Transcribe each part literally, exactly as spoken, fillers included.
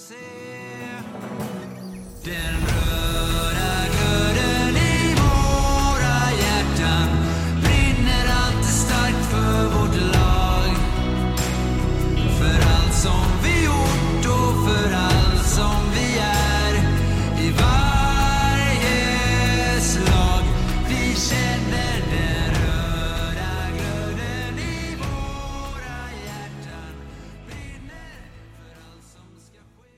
se den röda glöden i våra hjärtan brinner alltid starkt för vårt lag, för allt som vi gjort och för allt som vi är i varje slag. Vi känner den röda glöden i våra hjärtan brinner för allt som ska ske.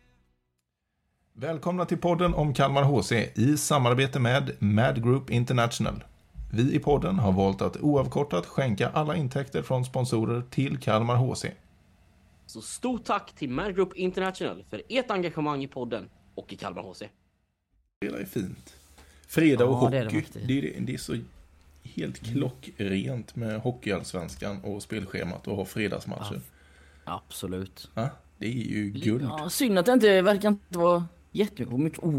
Välkomna till podden om Kalmar H C i samarbete med Mad Group International. Vi i podden har valt att oavkortat skänka alla intäkter från sponsorer till Kalmar H C. Så stort tack till Mad Group International för ert engagemang i podden och i Kalmar H C. Det är fint. Fredag och Ja, det är det hockey. faktiskt. Det är, det är så helt klockrent med hockeyallsvenskan och spelschemat och ha fredagsmatcher. Absolut. Ja, det är ju guld. Ja, synd att det inte verkar inte vara jättemycket. Oh.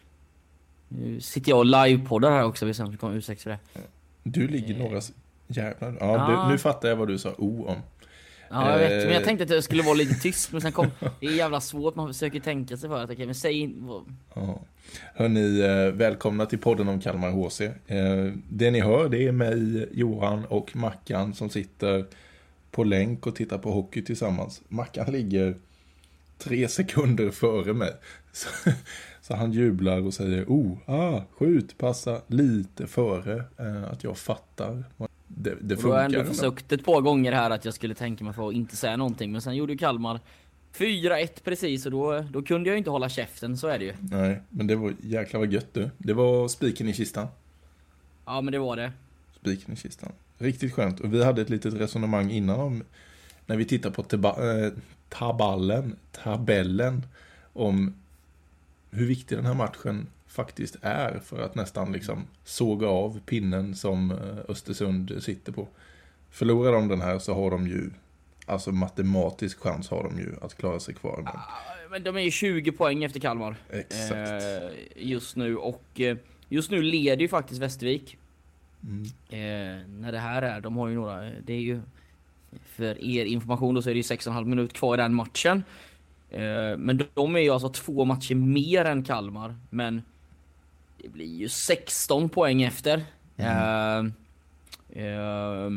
Nu sitter jag och livepoddar här också. Vi sen kommer ursäkta för det. Du ligger några... Jävlar. Ja, Ja. Du, nu fattar jag vad du sa o om. Ja, jag vet. Men jag Eh. tänkte att jag skulle vara lite tyst. Men sen kom... Det är jävla svårt. Man försöker tänka sig för att okej, men säg in... Ja. Hörrni, eh, välkomna till podden om Kalmar H C. Eh, det ni hör, det är mig, Johan och Mackan som sitter på länk och tittar på hockey tillsammans. Mackan ligger tre sekunder före mig. Så, så han jublar och säger, oh, ah, skjut, passa lite före eh, att jag fattar. Det, det Och då har funkar jag ändå ändå. försökt ett par gånger här att jag skulle tänka mig för att inte säga någonting. Men sen gjorde ju Kalmar fyra ett precis och då, då kunde jag ju inte hålla käften, så är det ju. Nej, men det var jäkla vad gött du. Det var spiken i kistan. Ja, men det var det. Spiken i kistan. Riktigt skönt. Och vi hade ett litet resonemang innan om, när vi tittar på teba- äh, taballen, tabellen, om hur viktig den här matchen faktiskt är för att nästan liksom såga av pinnen som Östersund sitter på. Förlorar de den här så har de ju, alltså matematisk chans har de ju att klara sig kvar. Men... Men de är ju tjugo poäng efter Kalmar. Exakt. Eh, just nu. Och eh, just nu leder ju faktiskt Västervik. Mm. Eh, när det här är, de har ju några, det är ju för er information då, så är det ju sex och en halv minut kvar i den matchen. Eh, men de, de är ju alltså två matcher mer än Kalmar. Men det blir ju sexton poäng efter. Mm. Eh, eh,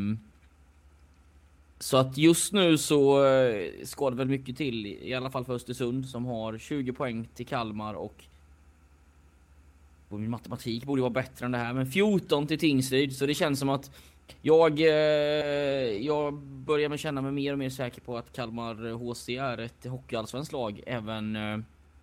Så att just nu så eh, ska det väl mycket till, i alla fall för Östersund som har tjugo poäng till Kalmar och min matematik borde vara bättre än det här, men fjorton till Tingsryd, så det känns som att jag, eh, jag börjar med känna mig mer och mer säker på att Kalmar H C är ett hockeyallsvenskt lag även eh,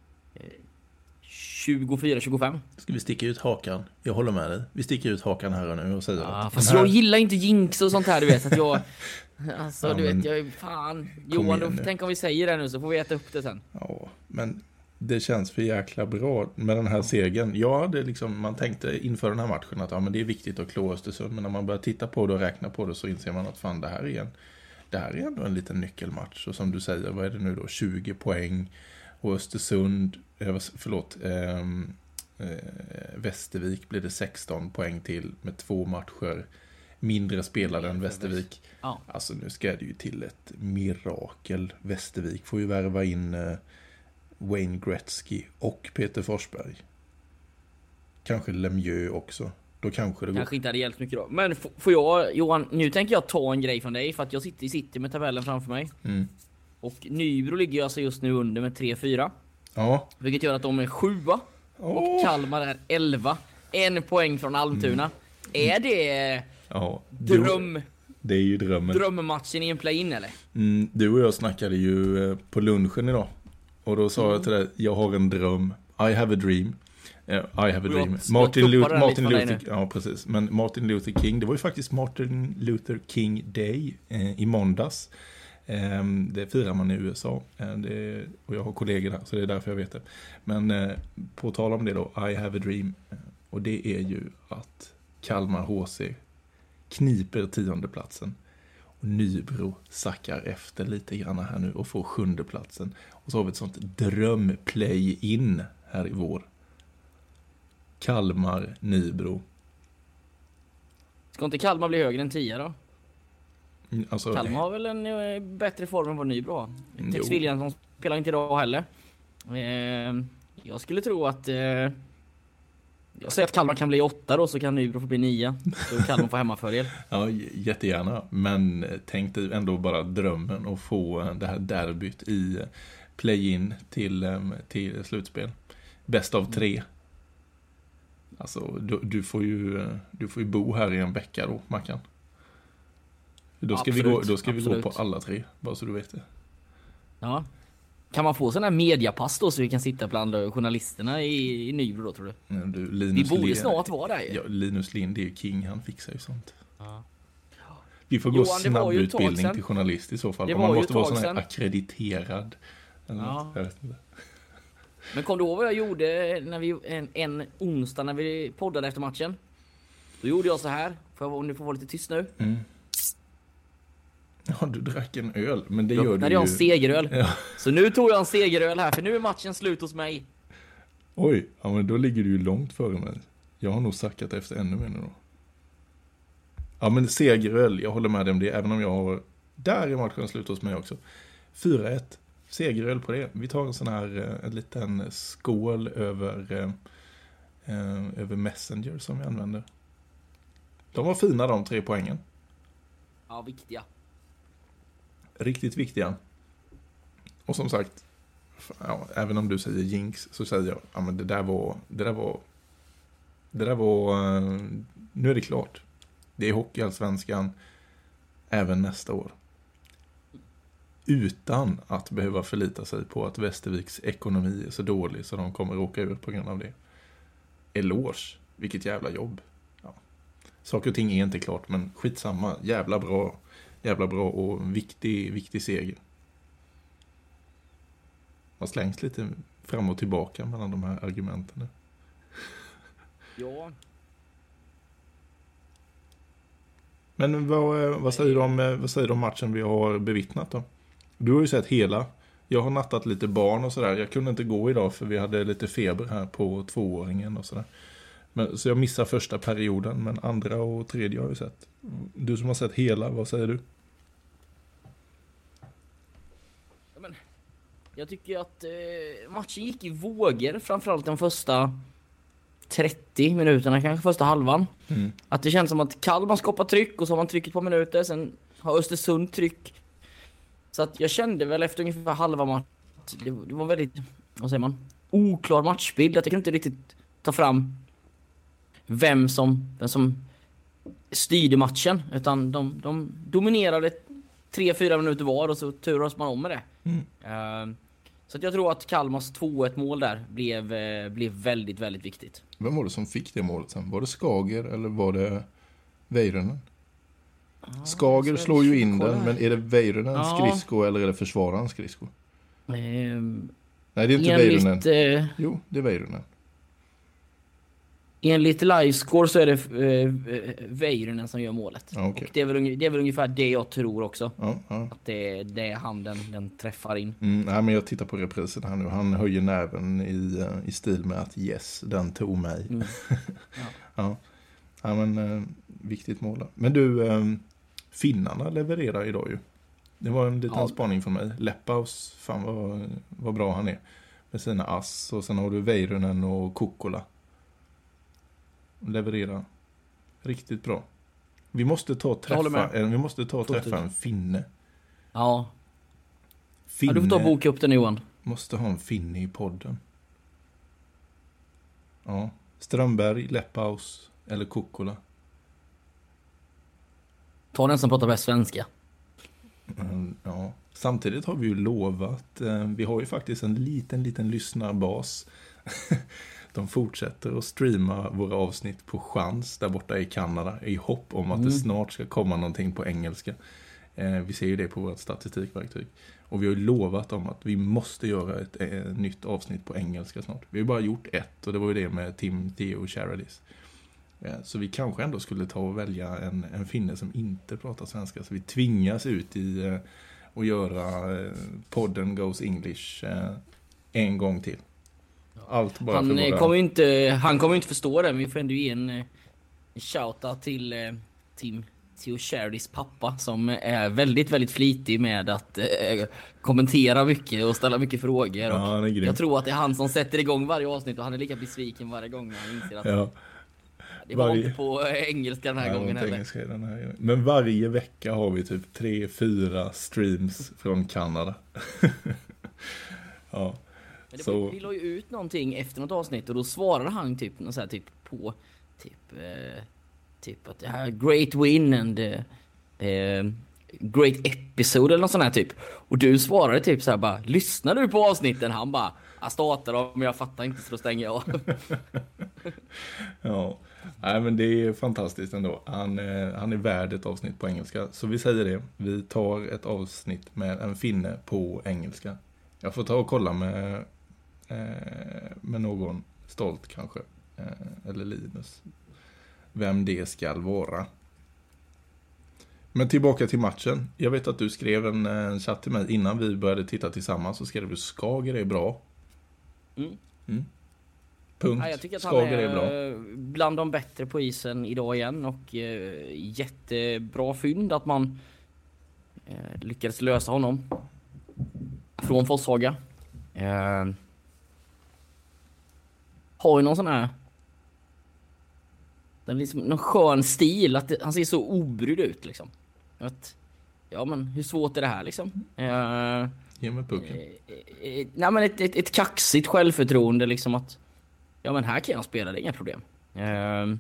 tjugofyra tjugofem. Ska vi sticka ut hakan? Jag håller med dig. Vi sticker ut hakan här nu och säger Ja, att fast den här... jag gillar inte jinx och sånt här, du vet, att jag alltså Ja, du men- vet, jag är fan Johan, då, tänk om vi säger det nu så får vi äta upp det sen. Ja, men det känns för jäkla bra med den här segern. Ja, det är liksom, man tänkte inför den här matchen att ja, men det är viktigt att klå Östersund. Men när man börjar titta på det och räkna på det så inser man att fan, det här är en, det här är ändå en liten nyckelmatch. Och som du säger, vad är det nu då? tjugo poäng. Och Östersund, eh, förlåt, eh, eh, Västervik blir det sexton poäng till med två matcher mindre spelare än Västervik. Ja. Alltså nu ska det ju till ett mirakel. Västervik får ju värva in eh, Wayne Gretzky och Peter Forsberg. Kanske Lemieux också. Då kanske det går. Kanske inte hade hjälpt mycket då. Men f- får jag, Johan, nu tänker jag ta en grej från dig. För att jag sitter i City med tabellen framför mig. Mm. Och Nybro ligger alltså just nu under med tre fyra. Ja. Vilket gör att de är sjua. Och Åh. Kalmar är elva. En poäng från Almtuna. Är det Ja. Du, dröm, det är ju drömmen. drömmatchen i en play-in eller? Mm, du och jag snackade ju eh, på lunchen idag. Och då sa Mm. jag till dig, jag har en dröm. I have a dream. Uh, I have a Och dream. jag- Martin, jag Lu- tuppar den Martin lite från dig Luther, ja precis. Men Martin Luther King, det var ju faktiskt Martin Luther King Day eh, i måndags. Eh, det firar man i U S A. Eh, det, och jag har kollegor där, så det är därför jag vet det. Men eh, på tal om det då, I have a dream. Eh, och det är ju att Kalmar H C kniper tionde platsen. Och Nybro sackar efter lite grann här nu och får sjunde platsen. Och så har vi ett sånt drömplay-in här i vår. Kalmar, Nybro. Ska inte Kalmar bli högre än tio då? Alltså, Kalmar har väl en eh, bättre form än vad Nybro har. Jo. Tex Williamson spelar inte idag heller. Eh, jag skulle tro att... Eh, jag säger att Kalmar kan bli åtta då, så kan Nybro få bli nio. Så Kalmar får hemmafördel. Ja, jättegärna. Men tänk dig ändå bara drömmen att få det här derbyt i play-in till, till slutspel. Bäst av tre. Alltså, du, du, får ju, du får ju bo här i en vecka då, Mackan. Då ska, vi gå, då ska vi gå på alla tre, bara så du vet det. Ja. Kan man få sån här mediapass då, så vi kan sitta bland journalisterna i, i Nybro då, tror du? Ja, du Linus vi borde Lind, snart vara där ju. Ja, Linus Lind, det är king, han fixar ju sånt. Ja. Vi får gå Johan, snabb utbildning till journalist i så fall. Det man var måste ju ett vara tag sån här sedan. akkrediterad. Ja. Jag vet inte. Men kom du ihåg vad jag gjorde när vi, en, en onsdag när vi poddade efter matchen? Då gjorde jag så här. Får jag, om du får vara lite tyst nu. Mm. Ja, du drack en öl, men det Då gör du jag ju. en segeröl. Ja. Så nu tog jag en segeröl här, för nu är matchen slut hos mig. Oj, ja, men då ligger du ju långt före mig. Jag har nog sackat efter ännu mer nu då. Ja, men segeröl, jag håller med dig om det, även om jag har... Där är matchen slut hos mig också. fyra ett, segeröl på det. Vi tar en sån här, en liten skål över, eh, över Messenger som vi använder. De var fina, de tre poängen. Ja, viktiga. Riktigt viktiga. Och som sagt, ja, även om du säger jinx, så säger jag, ja, men det där var, det där var, det där var, nu är det klart. Det är Hockeyallsvenskan även nästa år. Utan att behöva förlita sig på att Västerviks ekonomi är så dålig så de kommer råka ut på grund av det. Eloge, vilket jävla jobb. Ja. Saker och ting är inte klart, men skitsamma, jävla bra. Jävla bra och viktig, viktig seger. Man slängs lite fram och tillbaka mellan de här argumenten nu. Ja. Men vad, vad, säger du om, vad säger du om matchen vi har bevittnat då? Du har ju sett hela. Jag har nattat lite barn och sådär. Jag kunde inte gå idag för vi hade lite feber här på tvååringen och sådär. Men, så jag missar första perioden, men andra och tredje har jag sett. Du som har sett hela, vad säger du? Ja, men, jag tycker att eh, matchen gick i vågor, framförallt de första trettio minuterna, kanske första halvan. Mm. Att det känns som att Kalmar skapar tryck och så har man trycket på minuter, sen har Östersund tryck. Så att jag kände väl efter ungefär halva match att det, det var väldigt, vad säger man, oklar matchbild. Att jag kunde inte riktigt ta fram vem som, vem som styrde matchen, utan de, de dominerade tre fyra minuter var och så turas man om med det. Mm. Uh, så att jag tror att Kalmars två ett mål där blev, uh, blev väldigt, väldigt viktigt. Vem var det som fick det målet sen? Var det Skager eller var det Väyrynen? Ah, Skager slår ju in den, men är det Väyrynens Ja. skridsko eller är det försvararens skridsko? Uh, Nej, det är inte Väyrynen. enligt, uh, Jo, det är Väyrynen. enligt livescore så är det uh, Väyrynen som gör målet. Ja, okay. Och det är, väl, det är väl ungefär det jag tror också. Ja, ja. Att det, det är han den, den träffar in. Mm, nej, men jag tittar på reprisen här nu. Han höjer näven i, i stil med att yes, den tog mig. Mm. Ja. ja. ja, men eh, viktigt mål. Då. Men du, eh, finnarna levererar idag ju. Det var en liten Ja. spaning för mig. Leppaus, fan vad, vad bra han är. Med sina ass. Och sen har du Väyrynen och Kokkola. Levererar riktigt bra. Vi måste ta och Jag håller träffa, med. eh, vi måste ta och träffa en finne. Ja. Finne ja, du får ta och boka upp den, Johan. måste ha en finne i podden. Ja. Strömberg, Leppaus eller Kokkola. Ta den som pratar bäst svenska. Mm, ja. Samtidigt har vi ju lovat, eh, vi har ju faktiskt en liten, liten lyssnarbas. De fortsätter att streama våra avsnitt på chans där borta i Kanada i hopp om att Mm. det snart ska komma någonting på engelska. Eh, vi ser ju det på vårt statistikverktyg. Och vi har ju lovat dem att vi måste göra ett eh, nytt avsnitt på engelska snart. Vi har ju bara gjort ett och det var ju det med Tim, Theo och Charadis. Eh, så vi kanske ändå skulle ta och välja en, en finne som inte pratar svenska. Så vi tvingas ut i eh, att göra eh, podden Goes English eh, en gång till. Allt bara Han för eh, våra... kommer ju inte, han kommer ju inte förstå det, men vi får ändå ge en, eh, en shoutout till eh, Tim Theo Charities pappa som är väldigt, väldigt flitig med att eh, kommentera mycket och ställa mycket frågor. Ja, han är grym. Jag tror att det är han som sätter igång varje avsnitt och han är lika besviken varje gång när han inser att Ja. det var Varje- inte på engelska den här Nej, gången inte heller. engelska den här gången. Men varje vecka har vi typ tre, fyra streams från Kanada. Ja. Men det Så- vi la ju ut någonting efter något avsnitt och då svarade han typ något så här, typ på typ eh, typ att det här great win and eh, eh, great episode eller något sånt här typ. Och du svarade typ så här bara, lyssnar du på avsnitten? Han bara, jag startar dem men jag fattar inte så då stänger jag av. Ja, nej men det är fantastiskt ändå. Han, eh, han är värd ett avsnitt på engelska. Så vi säger det. Vi tar ett avsnitt med en finne på engelska. Jag får ta och kolla med, eh, med någon stolt kanske. Eh, eller Linus. Vem det ska vara. Men tillbaka till matchen. Jag vet att du skrev en, en chatt till mig innan vi började titta tillsammans. Så skrev du Skager är bra. Mm. Mm. Punkt. Ja, jag tycker att han Skager är, är bra. eh, bland de bättre på isen idag igen och eh, jättebra fynd att man eh, lyckades lösa honom från Forshaga. Eh, har ju någon sån här den liksom, någon skön stil att det, han ser så obrydd ut liksom. Att, ja men hur svårt är det här liksom? Eh, Ge mig pucken. Eh, eh, nej men ett, ett, ett kaxigt självförtroende liksom att ja men här kan jag spela, det är inga problem. Ehm,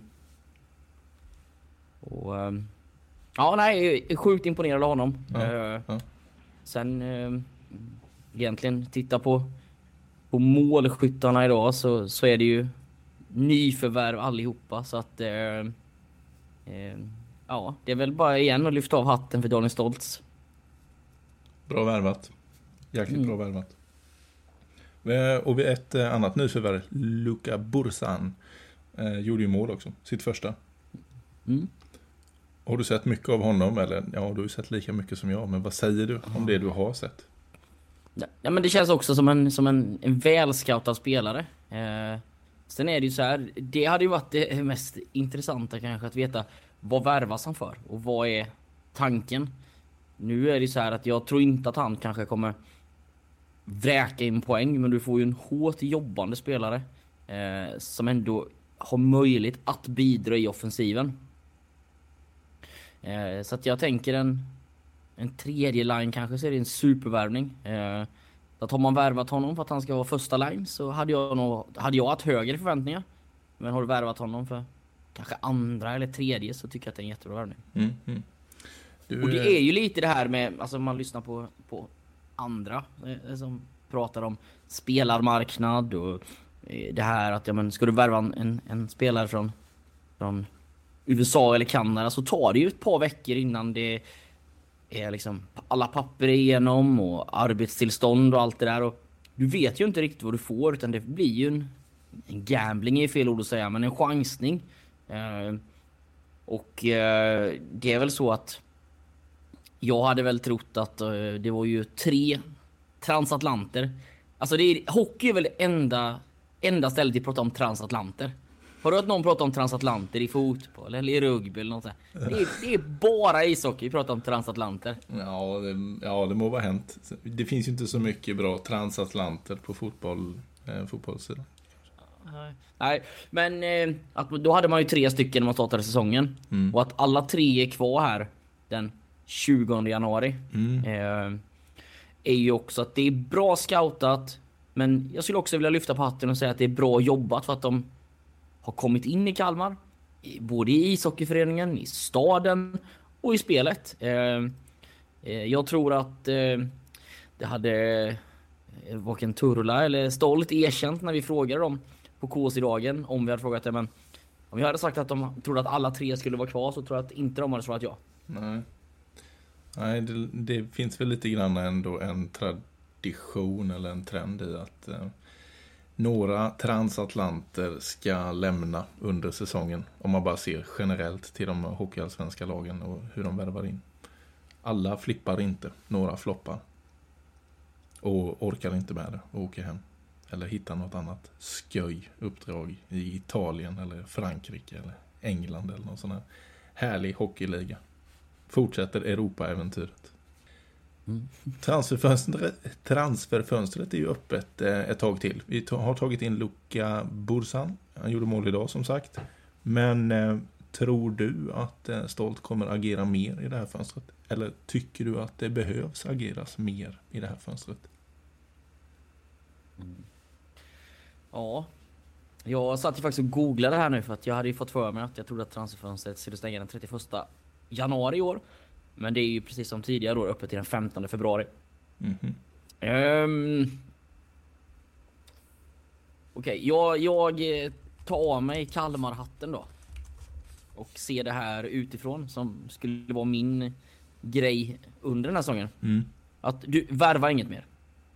och ehm, ja nej, jag är sjukt imponerad av honom. Ja, Ehm, ja. Sen ehm, egentligen titta på på målskyttarna idag så, så är det ju nyförvärv allihopa så att ehm, ehm, ja, det är väl bara igen att lyfta av hatten för Daniel Stoltz. Bra värvat. Jäkligt Mm. bra värvat. Eh, Och vid ett eh, annat nyförvärv, Luka Bursan, eh, gjorde ju mål också. Sitt första. Mm. Har du sett mycket av honom? Eller ja, du har ju sett lika mycket som jag. Men vad säger du om det du har sett? Ja, men det känns också som en, som en, en välscoutad spelare. Eh, sen är det ju så här, det hade ju varit det mest intressanta kanske att veta vad värvas han för och vad är tanken. Nu är det ju så här att jag tror inte att han kanske kommer vräka in poäng, men du får ju en hårt jobbande spelare eh, som ändå har möjlighet att bidra i offensiven. Eh, så att jag tänker en en tredje line kanske, så är det en supervärvning. Eh, att har man värvat honom för att han ska vara första line så hade jag nog hade jag haft högre förväntningar. Men har du värvat honom för kanske andra eller tredje så tycker jag att det är en jättebra värvning. Mm, mm. Du, Och det är ju lite det här med, alltså man lyssnar på, på andra eh, som pratar om spelarmarknad och eh, det här att ja, men ska du värva en, en spelare från, från U S A eller Kanada så tar det ju ett par veckor innan det är liksom alla papper igenom och arbetstillstånd och allt det där och du vet ju inte riktigt vad du får utan det blir ju en, en gambling är fel ord att säga men en chansning eh, och eh, det är väl så att jag hade väl trott att eh, det var ju tre transatlanter. Alltså det är, hockey är väl det enda, enda stället vi pratar om transatlanter. Har du hört någon prata om transatlanter i fotboll eller i rugby eller något sånt? Det är, det är bara ishockey vi pratar om transatlanter. Ja det, ja, det må vara hänt. Det finns ju inte så mycket bra transatlanter på fotboll, eh, fotbollssidan. Nej, men eh, att, då hade man ju tre stycken när man startade säsongen. Mm. Och att alla tre är kvar här den tjugonde januari. Mm. Eh, är ju också att det är bra scoutat. Men jag skulle också vilja lyfta på hatten och säga att det är bra jobbat för att de har kommit in i Kalmar. i- Både i ishockeyföreningen, i staden och i spelet. Eh, eh, jag tror att eh, det hade eh, varken Turla eller Stolt erkänt när vi frågade dem på K S-dagen om vi hade frågat det. Men om jag hade sagt att de trodde att alla tre skulle vara kvar så tror jag att inte de hade svarat ja. Nej, Nej det, det finns väl lite grann ändå en tradition eller en trend i att eh, några transatlanter ska lämna under säsongen. Om man bara ser generellt till de hockeyallsvenska lagen och hur de värvar in. Alla flippar inte, några floppar. Och orkar inte med det och åker hem. Eller hittar något annat sköj uppdrag i Italien eller Frankrike eller England eller någon sån här härlig hockeyliga. fortsätter Europa-äventyret. Mm. Transferfönstret, transferfönstret är ju öppet ett tag till. Vi har tagit in Luka Bursan. Han gjorde mål idag som sagt. Men eh, tror du att eh, Stolt kommer agera mer i det här fönstret? Eller tycker du att det behövs ageras mer i det här fönstret? Mm. Ja, jag satt ju faktiskt och googlade här nu för att jag hade ju fått för mig att jag trodde att transferfönstret skulle stänga den trettioförsta januari i år. Men det är ju precis som tidigare då öppet till den femtonde februari. Mm-hmm. Um, Okej, okay, jag, jag tar av mig Kalmar-hatten då. Och ser det här utifrån som skulle vara min grej under den här säsongen. Mm. Att du värvar inget mer.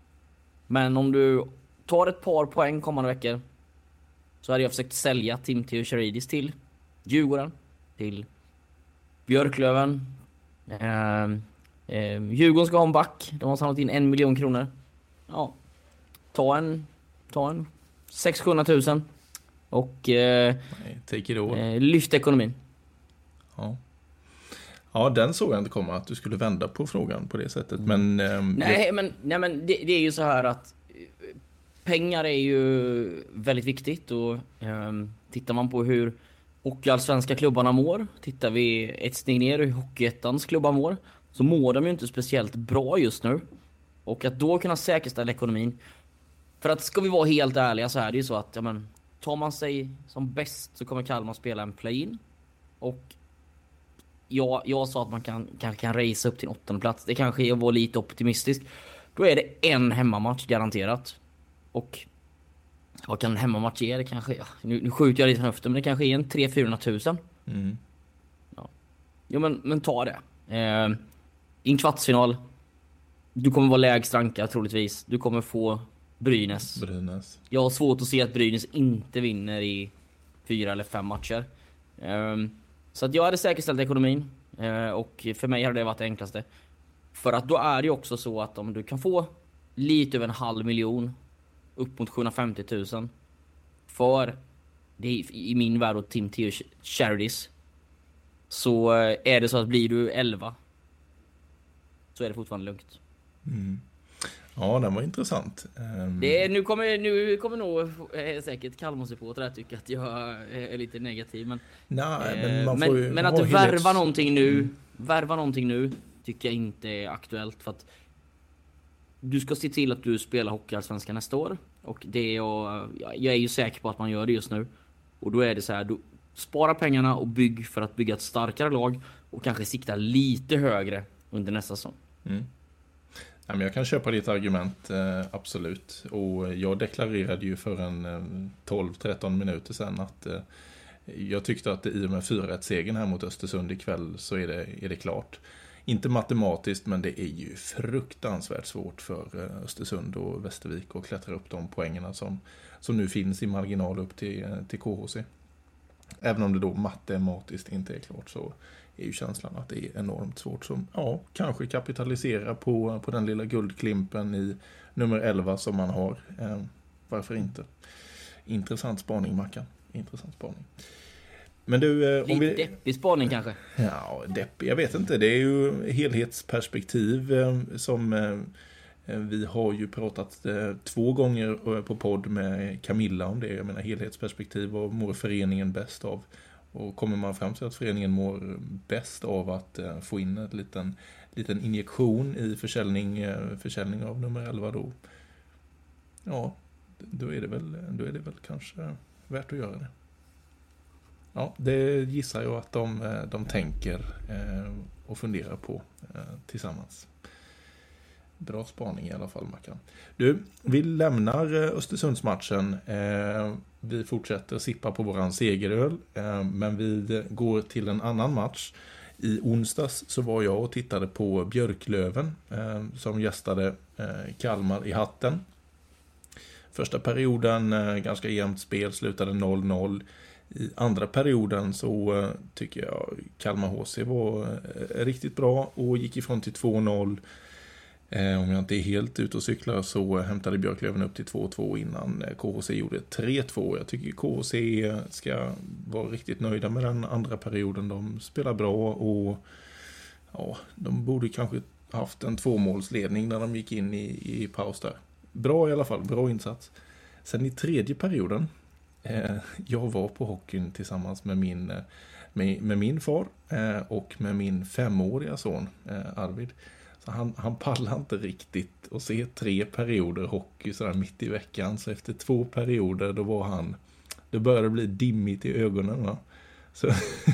Men om du tar ett par poäng kommande veckor så hade jag försökt sälja Tim Theocharidis till Djurgården, till Björklöven. Eh, eh, Djurgården ska ha en back. De har samlat in en miljon kronor. Ja, ta en ta en sex hundra tusen och eh, take it all. Eh, lyft ekonomin. Ja. Ja, den såg jag inte komma att du skulle vända på frågan på det sättet. Mm. Men eh, nej, jag... men nej, men det, det är ju så här att pengar är ju väldigt viktigt och eh, tittar man på hur hockeyallsvenska klubbarna mår, tittar vi ett steg ner hur hockeyettans klubbar mår, så mår de ju inte speciellt bra just nu. Och att då kunna säkerställa ekonomin, för att ska vi vara helt ärliga så är det ju så att ja, men, tar man sig som bäst så kommer Kalmar spela en play-in. Och jag, jag sa att man kan, kanske kan racea upp till en åttonde plats. Det kanske var lite optimistiskt. Då är det en hemmamatch garanterat. Och vad kan en hemmamatch ge? Det kanske, ja, nu, nu skjuter jag lite från höften, men det kanske är en tre till fyrahundra tusen. Mm. Ja. Jo, men, men ta det. Eh, I en kvartsfinal. Du kommer vara lägst rankad troligtvis. Du kommer få Brynäs. Brynäs. Jag har svårt att se att Brynäs inte vinner i fyra eller fem matcher. Eh, så att jag hade säkerställt ekonomin. Eh, och för mig hade det varit det enklaste. För att då är det också så att om du kan få lite över en halv miljon upp mot sjuhundrafemtio tusen för det är i min värld och Tim Theocharidis, så är det så att blir du elva så är det fortfarande lugnt. Mm. Ja, den var intressant. Um... Det är, nu kommer nu kommer nog eh, säkert Kalmar-supportrar tycka att jag är lite negativ, men Nej, eh, men, man får men, ju men att du värva helhets... någonting nu, mm. värva någonting nu tycker jag inte är aktuellt, för att du ska se till att du spelar hockeyallsvenskan nästa år. Och det är jag, jag är ju säker på att man gör det just nu. Och då är det så här, du spara pengarna och bygg för att bygga ett starkare lag och kanske sikta lite högre under nästa säsong. Mm. Ja, men jag kan köpa ditt argument, eh, absolut. Och jag deklarerade ju för en eh, tolv tretton minuter sedan att eh, jag tyckte att i och med fyra ett-segern här mot Östersund ikväll så är det, är det klart. Inte matematiskt, men det är ju fruktansvärt svårt för Östersund och Västervik att klättra upp de poängerna som, som nu finns i marginal upp till, till K H C. Även om det då matematiskt inte är klart så är ju känslan att det är enormt svårt. Så ja, kanske kapitalisera på, på den lilla guldklimpen i nummer elva som man har. Eh, varför inte? Intressant spaning, Mackan. Intressant spaning. Men du, om vi... deppig spaning kanske? Ja, deppig, jag vet inte. Det är ju helhetsperspektiv eh, som eh, vi har ju pratat eh, två gånger på podd med Camilla om det. Jag menar helhetsperspektiv, vad mår föreningen bäst av? Och kommer man fram till att föreningen mår bäst av att eh, få in en liten, liten injektion i försäljning, eh, försäljning av nummer elva då? Ja, då är det väl, då är det väl kanske värt att göra det. Ja, det gissar jag att de, de tänker eh, och funderar på eh, tillsammans. Bra spaning i alla fall, Mackan. Du, vi lämnar Östersundsmatchen. Eh, vi fortsätter sippa på våran segeröl. Eh, men vi går till en annan match. I onsdags så var jag och tittade på Björklöven eh, som gästade eh, Kalmar i Hatten. Första perioden eh, ganska jämnt spel, slutade noll noll. I andra perioden så uh, tycker jag Kalmar H C var uh, riktigt bra och gick ifrån till två noll. Uh, om jag inte är helt ute och cyklar så uh, hämtade Björklöven upp till två två innan uh, K H C gjorde tre två. Jag tycker K H C uh, ska vara riktigt nöjda med den andra perioden. De spelar bra och Ja, de borde kanske haft en tvåmålsledning när de gick in i, i paus där. Bra i alla fall, bra insats. Sen i tredje perioden, eh, jag var på hockeyn tillsammans med min, med, med min far eh, och med min femåriga son eh, Arvid. Så han, han pallade inte riktigt att se tre perioder hockey sådär mitt i veckan. Så efter två perioder då var han, det började bli dimmigt i ögonen, va? Så,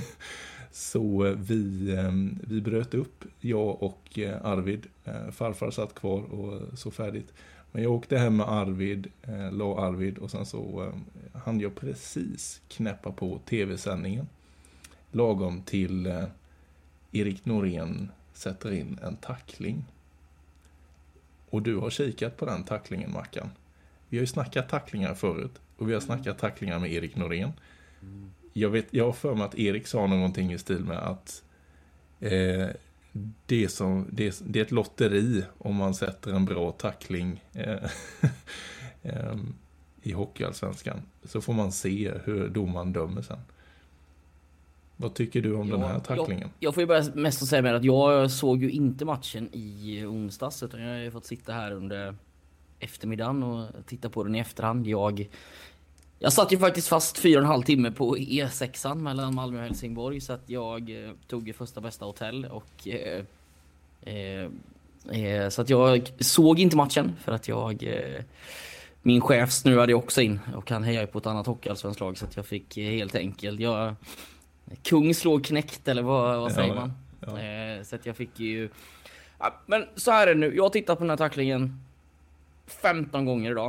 så vi, vi bröt upp, jag och Arvid. Farfar satt kvar och så färdigt. Men jag åkte hem med Arvid, la Arvid och sen så hann jag precis knäppa på tv-sändningen. Lagom till Erik Norén sätter in en tackling. Och du har kikat på den tacklingen, Mackan. Vi har ju snackat tacklingar förut. Och vi har snackat tacklingar med Erik Norén. Mm. Jag, vet, jag har för mig att Erik sa någonting i stil med att eh, det, som, det, det är ett lotteri om man sätter en bra tackling eh, eh, i hockeyallsvenskan. Så får man se hur domaren dömer sen. Vad tycker du om ja, den här tacklingen? Jag, jag får ju bara mest att säga med att jag såg ju inte matchen i onsdags, utan jag har fått sitta här under eftermiddagen och titta på den i efterhand. Jag, jag satt ju faktiskt fast fyra och en halv timme på E sexan mellan Malmö och Helsingborg, så att jag eh, tog ju första bästa hotell och eh, eh, eh, så att jag såg inte matchen för att jag eh, min chef snöade också in och han hejade på ett annat hockeyallsvenskt lag, så att jag fick eh, helt enkelt jag kung slår knäckt, eller vad, vad säger ja, man? Ja. Eh, så att jag fick ju... Ja, men så här är det nu. Jag har tittat på den här tacklingen femton gånger idag.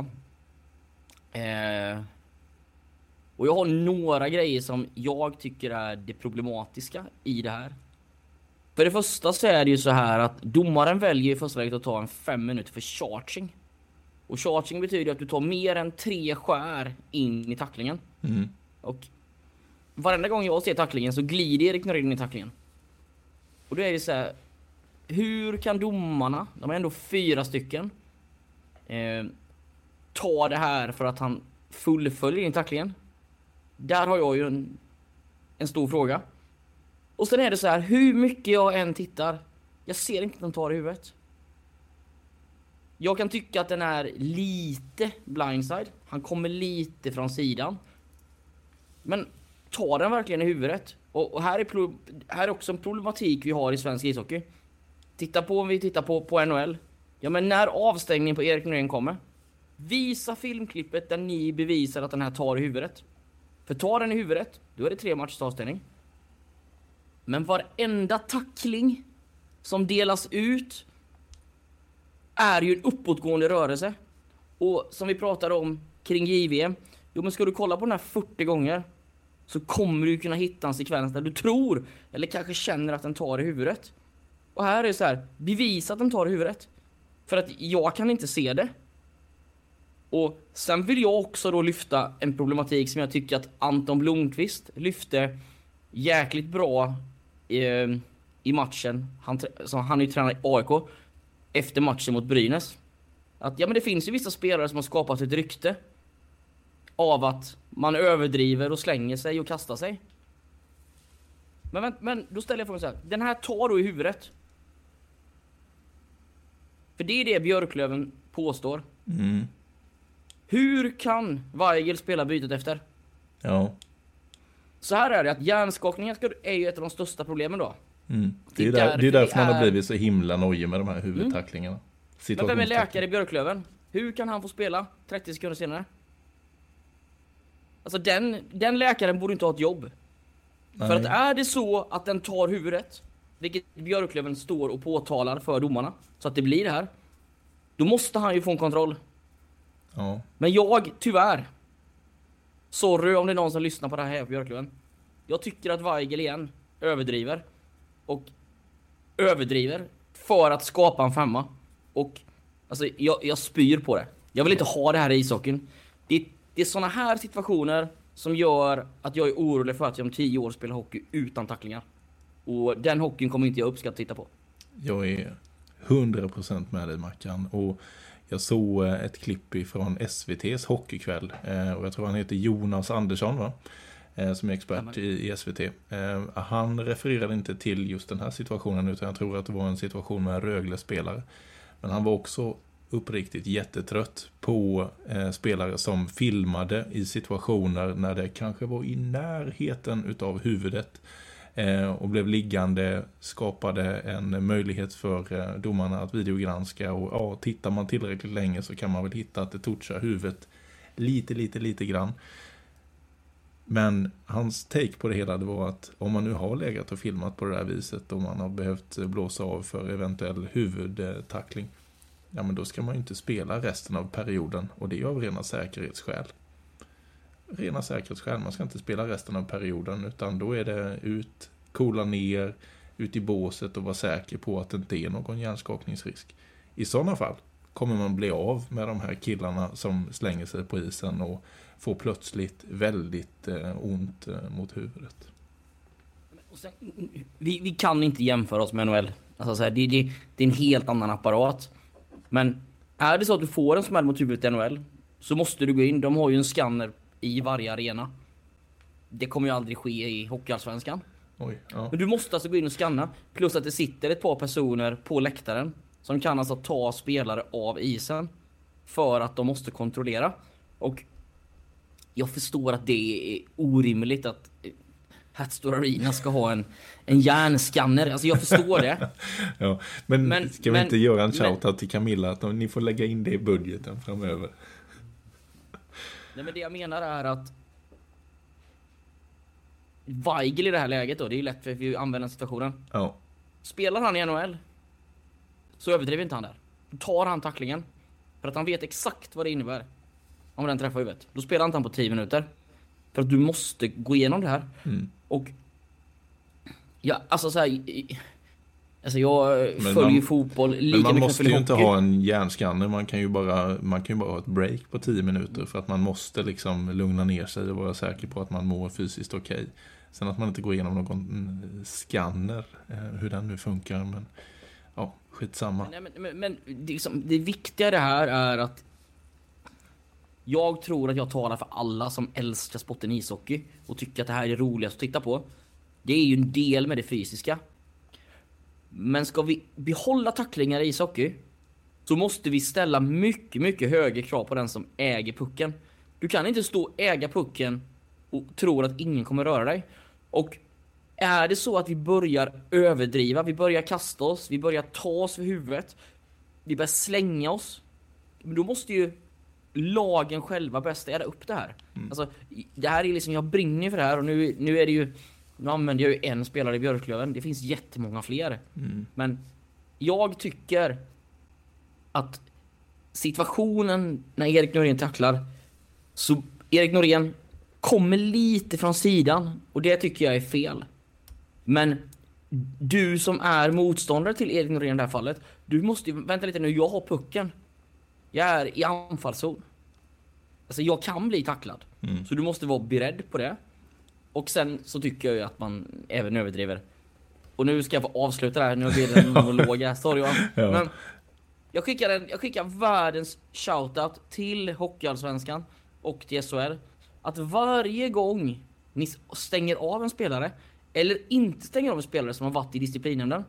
Eh, och jag har några grejer som jag tycker är det problematiska i det här. För det första så är det ju så här att domaren väljer i första läget att ta en fem minuter för charging. Och charging betyder att du tar mer än tre skär in i tacklingen. Mm. Och varenda gång jag ser tacklingen så glider Erik Norén i tacklingen. Och då är det så här, hur kan domarna, de är ändå fyra stycken, eh, ta det här för att han fullföljer in tacklingen? Där har jag ju en, en stor fråga. Och sen är det så här, hur mycket jag än tittar, jag ser inte att de tar i huvudet. Jag kan tycka att den är lite blindside. Han kommer lite från sidan. Men tar den verkligen i huvudet? Och, och här, är pro, här är också en problematik vi har i svensk ishockey. Titta på om vi tittar på, på N H L. Ja, men när avstängningen på Erik Norén kommer, visa filmklippet där ni bevisar att den här tar i huvudet. För tar den i huvudet, då är det tre matchers avstängning. Men varenda tackling som delas ut är ju en uppåtgående rörelse. Och som vi pratade om kring J V M, jo, men ska du kolla på den här fyrtio gånger så kommer du kunna hitta en sekvens där du tror eller kanske känner att den tar i huvudet. Och här är det så här, bevisa att den tar i huvudet. För att jag kan inte se det. Och sen vill jag också då lyfta en problematik som jag tycker att Anton Blomqvist lyfte jäkligt bra i, i matchen. Han, så han är ju tränare i A I K efter matchen mot Brynäs. Att ja, men det finns ju vissa spelare som har skapat ett rykte av att man överdriver och slänger sig och kastar sig. Men, men då ställer jag frågan så här, den här tar då i huvudet. För det är det Björklöven påstår. Mm. Hur kan Weigel spela bytet efter? Ja. Så här är det, att hjärnskakningar är ju ett av de största problemen då. Mm. Det, är det, är där, det är därför man har blivit så himla nojig med de här huvudtacklingarna. Mm. Men vem är läkare i Björklöven? Hur kan han få spela trettio sekunder senare? Alltså den, den läkaren borde inte ha ett jobb. Nej. För att är det så att den tar huvudet, vilket Björklöven står och påtalar för domarna, så att det blir det här, då måste han ju få en kontroll. Ja. Men jag, tyvärr, sorry om det är någon som lyssnar på det här på Björklöven, jag tycker att Weigel igen överdriver. Och överdriver för att skapa en femma. Och alltså, jag, jag spyr på det. Jag vill inte ha det här i ishockeyn. Det, det är såna här situationer som gör att jag är orolig för att jag om tio år spelar hockey utan tacklingar. Och den hockeyn kommer inte jag uppskatta att titta på. Jag är hundra procent med dig, Mackan. Och jag såg ett klipp från S V T:s hockeykväll. Och jag tror han heter Jonas Andersson, va? eh, som är expert i, i S V T. Eh, han refererade inte till just den här situationen, utan jag tror att det var en situation med en Rögle-spelare. Men han var också uppriktigt jättetrött på eh, spelare som filmade i situationer när det kanske var i närheten utav huvudet eh, och blev liggande, skapade en möjlighet för eh, domarna att videogranska, och ja, tittar man tillräckligt länge så kan man väl hitta att det touchar huvudet lite, lite, lite grann. Men hans take på det hela, det var att om man nu har legat och filmat på det här viset och man har behövt blåsa av för eventuell huvudtackling, ja, men då ska man ju inte spela resten av perioden, och det är av rena säkerhetsskäl. Rena säkerhetsskäl, man ska inte spela resten av perioden, utan då är det ut, coola ner, ut i båset och vara säker på att det inte är någon hjärnskakningsrisk. I sådana fall kommer man bli av med de här killarna som slänger sig på isen och får plötsligt väldigt eh, ont eh, mot huvudet. Och sen, vi, vi kan inte jämföra oss med N H L. Alltså, så här, det, det, det är en helt annan apparat. Men är det så att du får en smäll mot huvudet i N H L, så måste du gå in. De har ju en scanner i varje arena. Det kommer ju aldrig ske i Hockeyallsvenskan. Oj, ja. Men du måste alltså gå in och scanna. Plus att det sitter ett par personer på läktaren som kan alltså ta spelare av isen för att de måste kontrollera. Och jag förstår att det är orimligt att Hatstore Arena ska ha en, en hjärnskanner. Alltså jag förstår det. Ja, men, men ska vi men, inte göra en shoutout till Camilla att ni får lägga in det i budgeten framöver? Nej, men det jag menar är att Weigel i det här läget då, det är ju lätt för vi använder situationen. Ja. Spelar han i N H L så överdriver inte han där. Då tar han tacklingen för att han vet exakt vad det innebär om den träffar huvudet. Då spelar inte han på tio minuter. För att du måste gå igenom det här. Mm. Och ja, alltså så här, alltså jag men följer man, fotboll lika men man mycket måste ju inte ha en hjärnskanner. Man kan ju bara man kan ju bara ha ett break på tio minuter för att man måste liksom lugna ner sig och vara säker på att man mår fysiskt okej. Okay. Sen att man inte går igenom någon skanner, hur den nu funkar, men ja, skitsamma. Men, men, men det, liksom, det viktiga det här är att jag tror att jag talar för alla som älskar sporten ishockey och tycker att det här är roligast att titta på. Det är ju en del med det fysiska. Men ska vi behålla tacklingar i ishockey så måste vi ställa mycket, mycket högre krav på den som äger pucken. Du kan inte stå och äga pucken och tro att ingen kommer röra dig. Och är det så att vi börjar överdriva, vi börjar kasta oss, vi börjar ta oss för huvudet, vi börjar slänga oss, då måste ju lagen själva börja städa upp det här. Mm. Alltså, det här är liksom, jag brinner för det här och nu, nu är det ju, nu använder jag ju en spelare i Björklöven, det finns jättemånga fler. Mm. Men jag tycker att situationen när Erik Norén tacklar, så Erik Norén kommer lite från sidan och det tycker jag är fel. Men du som är motståndare till Erik Norén i det här fallet, du måste ju, vänta lite nu, jag har pucken. Jag är i anfallszon. Alltså jag kan bli tacklad. Mm. Så du måste vara beredd på det. Och sen så tycker jag ju att man även överdriver. Och nu ska jag få avsluta det här. Nu blir det en monolog här. Sorry, ja. Men jag skickar, en, jag skickar världens shoutout till Hockeyallsvenskan och till S H L. Att varje gång ni stänger av en spelare eller inte stänger av en spelare som har varit i disciplinnämnden,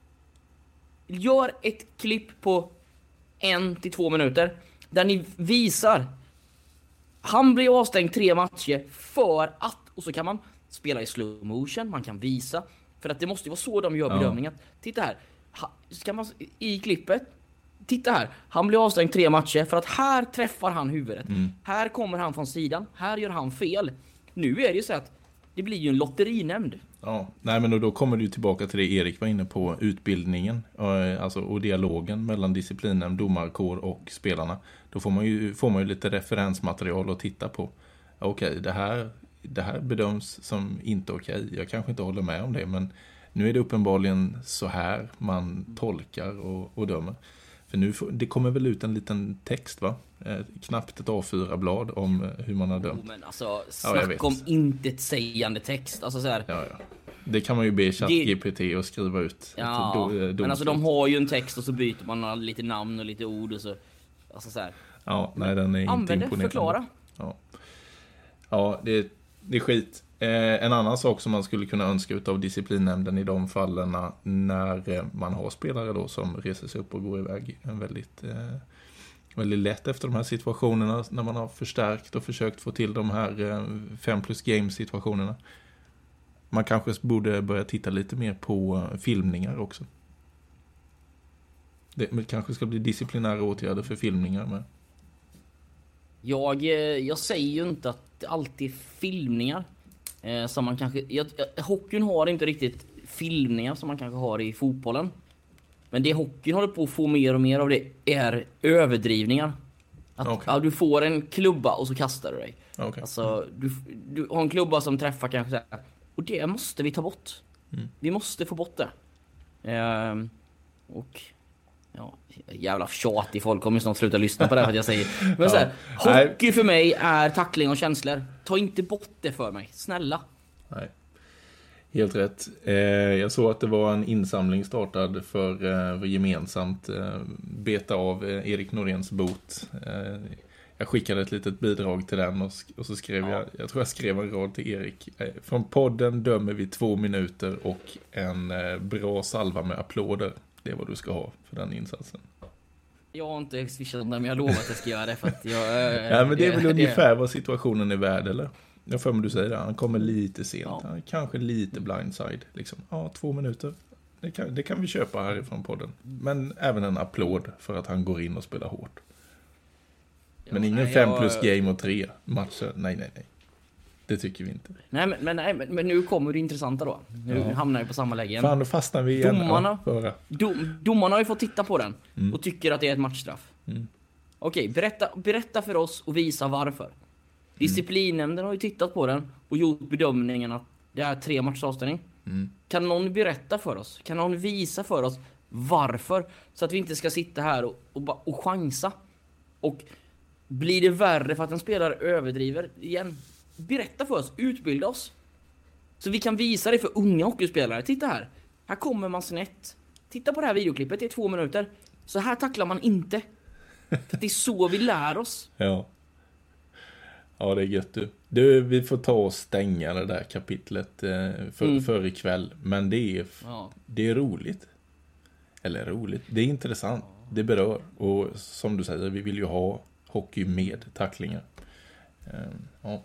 gör ett klipp på en till två minuter där ni visar han blir avstängd tre matcher för att, och så kan man spela i slow motion, man kan visa, för att det måste ju vara så de gör ja. bedömningen. Titta här, ska man i klippet, titta här, han blir avstängd tre matcher för att här träffar han huvudet. Mm. Här kommer han från sidan, här gör han fel. Nu är det ju så att det blir ju en lotterinämnd. Ja, nej men då kommer du tillbaka till det Erik var inne på, utbildningen alltså, och dialogen mellan disciplinen, domarkår och spelarna. Då får man ju, får man ju lite referensmaterial att titta på. Okej, okay, det, här, det här bedöms som inte okej. Okay. Jag kanske inte håller med om det, men nu är det uppenbarligen så här man tolkar och, och dömer. För nu får, det kommer väl ut en liten text, va? Eh, knappt ett A fyra blad om hur man har dömt. Jo, men alltså, snack ja, om intetsägande text. Alltså så här. Ja, ja. Det kan man ju be ChatGPT och skriva ut. Ja, do, men alltså de har ju en text och så byter man lite namn och lite ord och så. Alltså så här. Ja, nej, den är inte imponerande. Förklara. Ja, ja det, det är skit. Eh, en annan sak som man skulle kunna önska utav disciplinnämnden i de fallen när eh, man har spelare då som reser sig upp och går iväg en väldigt, eh, väldigt lätt efter de här situationerna när man har förstärkt och försökt få till de här eh, fem plus game situationerna. Man kanske borde börja titta lite mer på eh, filmningar också. Det kanske ska bli disciplinära åtgärder för filmningar med. Jag, jag säger ju inte att det alltid är filmningar eh, som man kanske... Jag, hockeyn har inte riktigt filmningar som man kanske har i fotbollen. Men det hockeyn håller på att få mer och mer av det är överdrivningar. Att Okay. ja, du får en klubba och så kastar du dig. Okay. Alltså, du, du har en klubba som träffar kanske så här. Och det måste vi ta bort. Mm. Vi måste få bort det. Ehm, och... Ja, jävla tjatig folk kommer snart sluta lyssna på det här att jag säger. Men ja. Så här, hockey för mig är tackling och känslor. Ta inte bort det för mig, snälla. Nej. Helt rätt. Eh, jag såg att det var en insamling startad för eh, gemensamt eh, beta av eh, Erik Noréns bot. Eh, jag skickade ett litet bidrag till den och, sk- och så skrev ja. jag, jag tror jag skrev en rad till Erik. Eh, från podden dömer vi två minuter och en eh, bra salva med applåder. Det är vad du ska ha för den insatsen. Jag har inte swishat om det, men jag lovar att jag ska göra det för att jag... Äh, ja, men det är väl det, ungefär vad situationen är värd, eller? Jag får mig du säger det. Han kommer lite sent. Ja. Han kanske lite blindside. Liksom. Ja, två minuter. Det kan, det kan vi köpa härifrån podden. Men även en applåd för att han går in och spelar hårt. Men ja, ingen nej, fem jag... plus game och tre matcher. Nej, nej, nej. Det tycker vi inte. Nej, men, men, nej, men, men nu kommer det intressanta då. Nu ja. hamnar vi på samma läge igen. Fan, då fastnar vi igen. Domarna, ja, dom, domarna har ju fått titta på den mm. och tycker att det är ett matchstraff. Mm. Okej, berätta, berätta för oss och visa varför. Disciplinnämnden har ju tittat på den och gjort bedömningen att det är tre matchers avstängning. Mm. Kan någon berätta för oss? Kan någon visa för oss varför? Så att vi inte ska sitta här och, och, och chansa. Och blir det värre för att en spelare överdriver igen? Berätta för oss, utbilda oss. Så vi kan visa det för unga hockeyspelare. Titta här, här kommer man snett. Titta på det här videoklippet, det är två minuter. Så här tacklar man inte. För det är så vi lär oss. Ja. Ja, det är gött du. Du, vi får ta och stänga det där kapitlet eh, för, mm. för ikväll. Men det är, ja. det är roligt. Eller roligt, det är intressant. Det berör. Och som du säger, vi vill ju ha hockey med tacklingar. Eh, ja.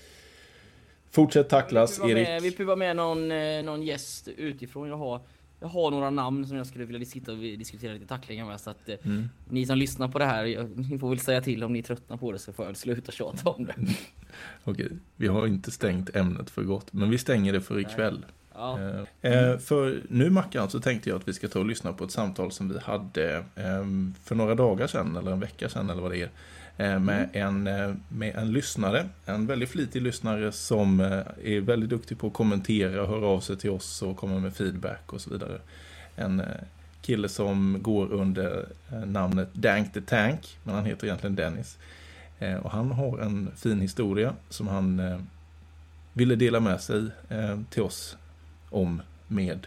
Fortsätt tacklas, vi Erik. Med, vi provar med någon, eh, någon gäst utifrån. Jag har, jag har några namn som jag skulle vilja sitta och diskutera lite tacklingar med. Så att eh, mm. ni som lyssnar på det här, ni får väl säga till om ni tröttnar på det, så får jag sluta tjata om det. Okej, vi har inte stängt ämnet för gott, men vi stänger det för ikväll. Ja. Eh, för nu, Mackan, så tänkte jag att vi ska ta och lyssna på ett samtal som vi hade eh, för några dagar sedan, eller en vecka sedan, eller vad det är. Med en, med en lyssnare, en väldigt flitig lyssnare som är väldigt duktig på att kommentera, höra av sig till oss och komma med feedback och så vidare. En kille som går under namnet Dank the Tank, men han heter egentligen Dennis. Och han har en fin historia som han ville dela med sig till oss om med.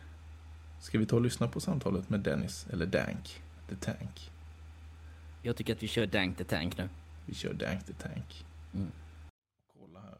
Ska vi ta och lyssna på samtalet med Dennis, eller Dank the Tank? Jag tycker att vi kör Dank the Tank nu. Vi kör Dank the Tank. Mm. Kolla här.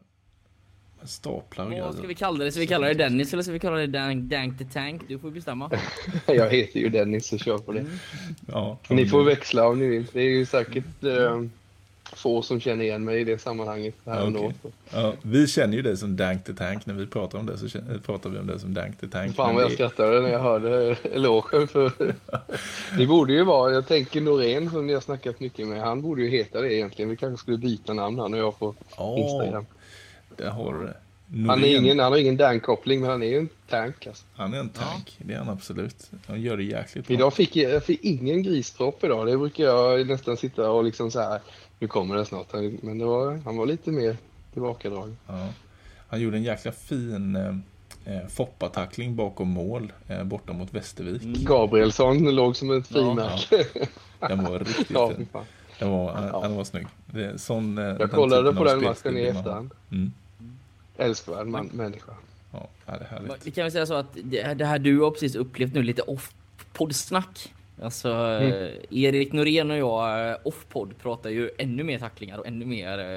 Staplar och Vad ska vi kalla det? Ska vi kalla det Dennis eller ska vi kalla det Dank, Dank the Tank? Du får bestämma. Jag heter ju Dennis, så kör på det. Mm. Ja, ni får växla om ni vill. Det är ju säkert eh, få som känner igen mig i det sammanhanget. Här okay. Ja, vi känner ju det som Dank the Tank. När vi pratar om det så känner, pratar vi om det som Dank the Tank. Fan vad jag det... skrattade när jag hörde elogen. För... det borde ju vara, jag tänker Norén som ni har snackat mycket med. Han borde ju heta det egentligen. Vi kanske skulle byta namn här när jag får oh, Instagram. Det har du det. Han, är ingen, han har ingen Dank-koppling, men han är ju en tank. Alltså. Han är en tank, ja. Det är han absolut. Han gör det jäkligt bra. Idag fick jag, jag fick ingen gristropp idag. Det brukar jag nästan sitta och liksom så här, nu kommer det snart. Men det var, han var lite mer tillbakadrag. Ja. Han gjorde en jäkla fin eh, foppatackling bakom mål eh, borta mot Västervik. Mm. Gabrielsson låg som ett frimärke. Ja. Den var riktigt ja, fin. Den var, ja. Den var snygg. Det är sån, jag kollade på den matchen i efterhand. Mm. Älskvärd man, människa. Ja, det är härligt. Vi kan väl säga så att det, det här du har precis upplevt nu lite off-poddsnack. Alltså mm. Erik Norén och jag off-podd pratar ju ännu mer tacklingar och ännu mer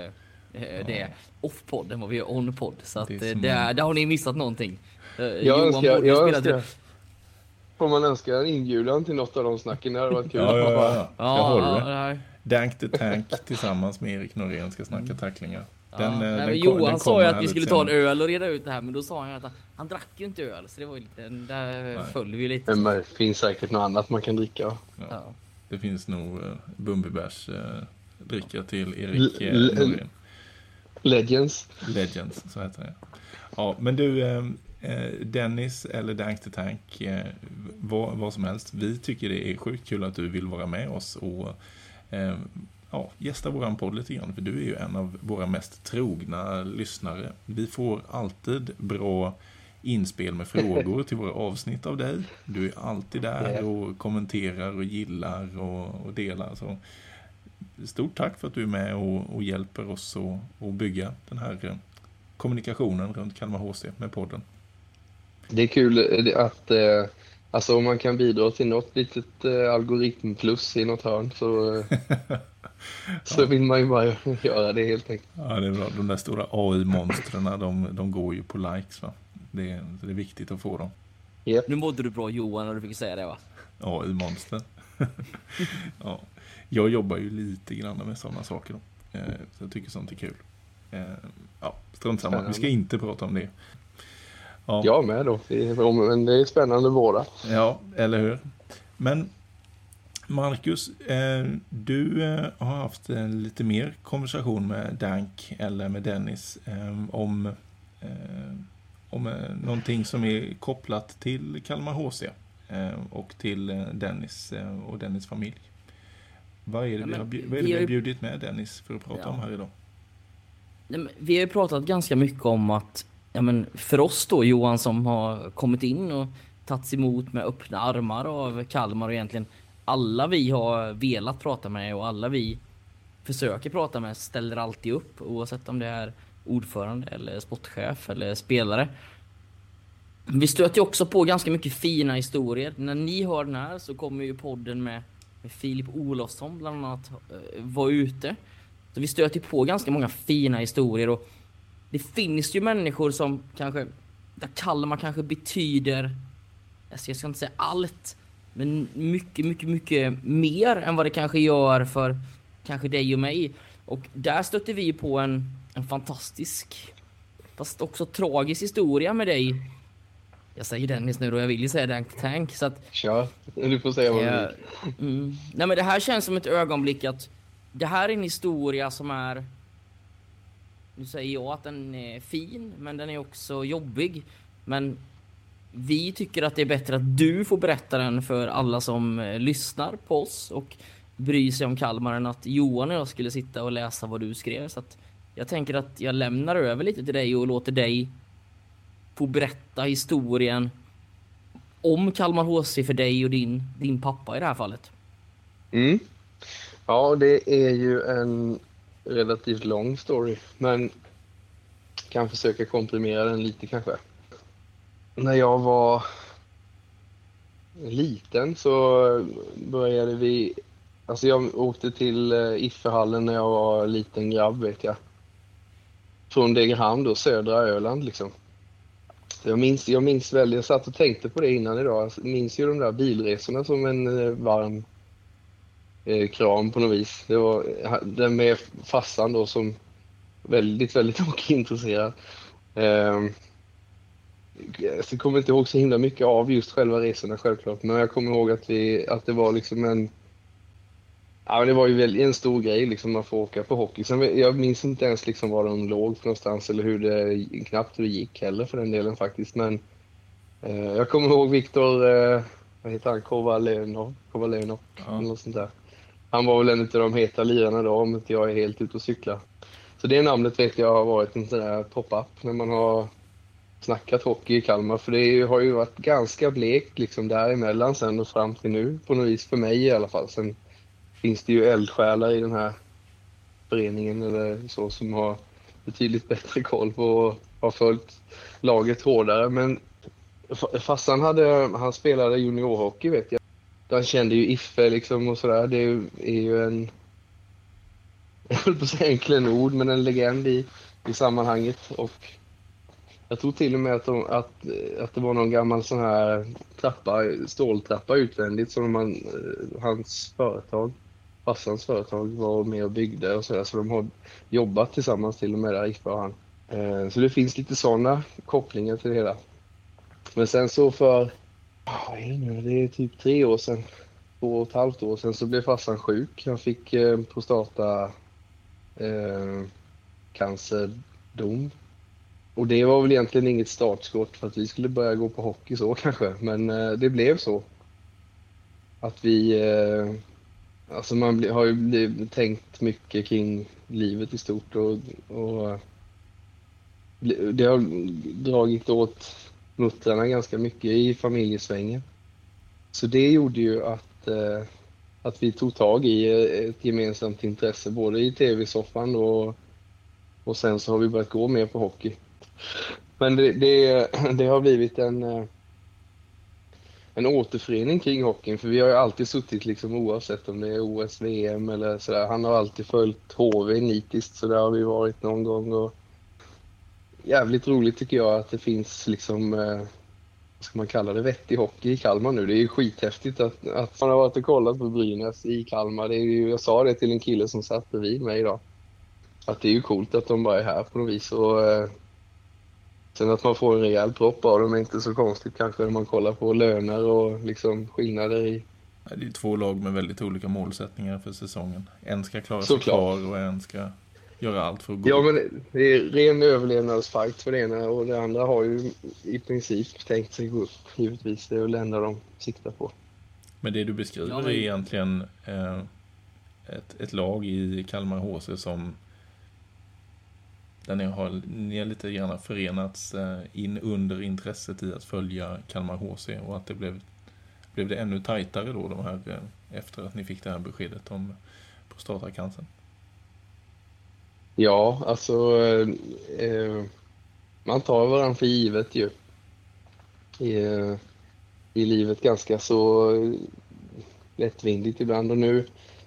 Eh, Det är off-podden vad vi gör on-podd. Så att Det är det som där, en- där har ni missat någonting. Eh, Jag Johan önskar, borde jag spela önskar, till- får man önska en inbjudan till något av de snacken, det hade varit kul. Ja, ja, ja. Jag Ja, håller ja, det. det här. Dank the Tank tillsammans med Erik Norén ska snacka tacklingar. Den, Ja, eh, nej, den men kom- Johan den sa kommer ju att här vi lite skulle ta en senare. öl och reda ut det här, men då sa han att han, han drack ju inte öl, så det var ju lite, där föll vi lite. Men det finns säkert något annat man kan dricka. Ja. Det finns nog uh, Bumbibärs uh, dricka till Erik L- uh, l- Norén. Legends. Legends, så heter det. Ja, men du, eh, eh, Dennis eller Dank the Tank, eh, vad, vad som helst. Vi tycker det är sjukt kul att du vill vara med oss och eh, ja, gästa våran podd lite grann. För du är ju en av våra mest trogna lyssnare. Vi får alltid bra inspel med frågor till våra avsnitt av dig. Du är alltid där och kommenterar och gillar och, och delar. Så stort tack för att du är med och, och hjälper oss att, att bygga den här eh, kommunikationen runt Kalmar H C med podden. Det är kul eh, att eh, alltså om man kan bidra till något litet eh, algoritmplus i något hörn så, eh, så vill man ju bara göra det helt enkelt. Ja, det är bra. De där stora A I-monstren, de, de går ju på likes, va? Det är, det är viktigt att få dem. Nu mådde du bra Johan när du fick säga det, va? A I-monster. Ja. Jag jobbar ju lite grann med sådana saker då. Eh, så jag tycker sånt är kul. Eh, ja, strunt samma. Vi ska inte prata om det. Ja, Jag med då, det är, men det är spännande båda. ja, eller hur? Men Marcus, eh, du eh, har haft en lite mer konversation med Dank eller med Dennis eh, om, eh, om eh, någonting som är kopplat till Kalmar H C eh, och till eh, Dennis eh, och Dennis familj. Vad är det, Ja, vi, men har, bjud- vad vi är det vi har har ju- bjudit med Dennis för att prata Ja. om här idag? Nej, men vi har ju pratat ganska mycket om att, ja, men för oss då Johan som har kommit in och tagits emot med öppna armar av Kalmar och egentligen alla vi har velat prata med och alla vi försöker prata med ställer alltid upp oavsett om det är ordförande eller sportchef eller spelare. Vi stöter ju också på ganska mycket fina historier. När ni hör den här så kommer ju podden med, med Filip Olofsson bland annat uh, vara ute. Så vi stöter på ganska många fina historier och det finns ju människor som kanske, där Kalmar kanske betyder, alltså jag ska inte säga allt, men mycket, mycket, mycket mer än vad det kanske gör för kanske dig och mig. Och där stöter vi på en, en fantastisk, fast också tragisk historia med dig. Jag säger Dennis nu då, jag vill ju säga Dank the Tank. Så att, Kör, du får säga vad du eh, vill. mm. Nej, men det här känns som ett ögonblick att det här är en historia som är, nu säger jag att den är fin, men den är också jobbig. Men vi tycker att det är bättre att du får berätta den för alla som eh, lyssnar på oss och bryr sig om Kalmar än att Johan och jag skulle sitta och läsa vad du skrev. Så att jag tänker att jag lämnar över lite till dig och låter dig få berätta historien om Kalmar H C för dig och din, din pappa i det här fallet. Mm. Ja, det är ju en relativt lång story, men kan försöka komprimera den lite kanske. När jag var liten så började vi, alltså jag åkte till Ifehallen när jag var liten grabb, vet jag. Från Degerhamn då, södra Öland liksom. Jag minns, jag minns väl, jag satt och tänkte på det innan idag, jag minns ju de där bilresorna som en varm eh, kram på något vis. Det var den med farsan då som väldigt, väldigt hockeyintresserad. Eh, jag kommer inte ihåg så himla mycket av just själva resorna självklart, men jag kommer ihåg att, vi, att det var liksom en, ja, det var ju väl en stor grej liksom att få åka på hockey. Sen, jag minns inte ens liksom var de låg någonstans eller hur det, knappt hur det gick heller för den delen faktiskt. Men eh, jag kommer ihåg Viktor, eh, vad heter han, Kovalenov, Kovalenov Ja. eller något sånt där. Han var väl en av de heta lirarna då, om inte jag är helt ute och cykla. Så det namnet vet jag har varit en sån där pop-up när man har snackat hockey i Kalmar. För det är ju, har ju varit ganska blekt liksom däremellan sen och fram till nu på något vis, för mig i alla fall. Sen finns det ju eldsjälar i den här föreningen eller så som har betydligt bättre koll på och har följt laget hårdare. Men farsan hade, han spelade juniorhockey vet jag. Han kände ju Iffe liksom och sådär. Det är ju, är ju en, jag höll på att säga en klenod, men en legend i, i sammanhanget. Och jag tror till och med att, de, att, att det var någon gammal sån här trappa, ståltrappa utvändigt som man, hans företag, farsans företag var med och byggde och sådär. Så de har jobbat tillsammans till och med där, Iffe och han. Så det finns lite sådana kopplingar till det hela. Men sen så för, det är typ tre år sedan, två och ett halvt år sedan, så blev farsan sjuk. Han fick eh, prostata eh, cancerdom. Och det var väl egentligen inget startskott för att vi skulle börja gå på hockey så kanske. Men eh, det blev så. Att vi, eh, alltså man bli, har ju blivit, tänkt mycket kring livet i stort. Och, och det har dragit åt muttrarna ganska mycket i familjesvängen. Så det gjorde ju att, eh, att vi tog tag i ett gemensamt intresse både i tv-soffan och, och sen så har vi börjat gå mer på hockey. Men det, det, det har blivit en, en återförening kring hockeyn, för vi har ju alltid suttit liksom oavsett om det är O S, V M eller sådär. Han har alltid följt H V nitiskt, så där har vi varit någon gång. Och jävligt roligt tycker jag att det finns liksom, eh, vad ska man kalla det, vettig hockey i Kalmar nu. Det är ju skithäftigt att, att man har varit och kollat på Brynäs i Kalmar. Det är ju, jag sa det till en kille som satt bredvid mig idag. Att det är ju coolt att de bara är här på något vis. Och, eh, sen att man får en rejäl propp av dem är inte så konstigt kanske när man kollar på löner och liksom skillnader i. Det är två lag med väldigt olika målsättningar för säsongen. En ska klara sig Såklart kvar och en ska göra allt för att gå. Ja, men det är ren överlevnadsfight för det ena, och det andra har ju i princip tänkt sig gå upp. Givetvis, det är väl det enda de siktar på. Men det du beskriver Ja, men... är egentligen eh, ett, ett lag i Kalmar H C som där ni har, ni har lite grann förenats eh, in under intresset i att följa Kalmar H C, och att det blev, blev det ännu tajtare då de här, eh, efter att ni fick det här beskedet om prostatacancern. Ja, alltså eh, man tar varandra för givet ju i, i livet ganska så lättvindigt ibland, och nu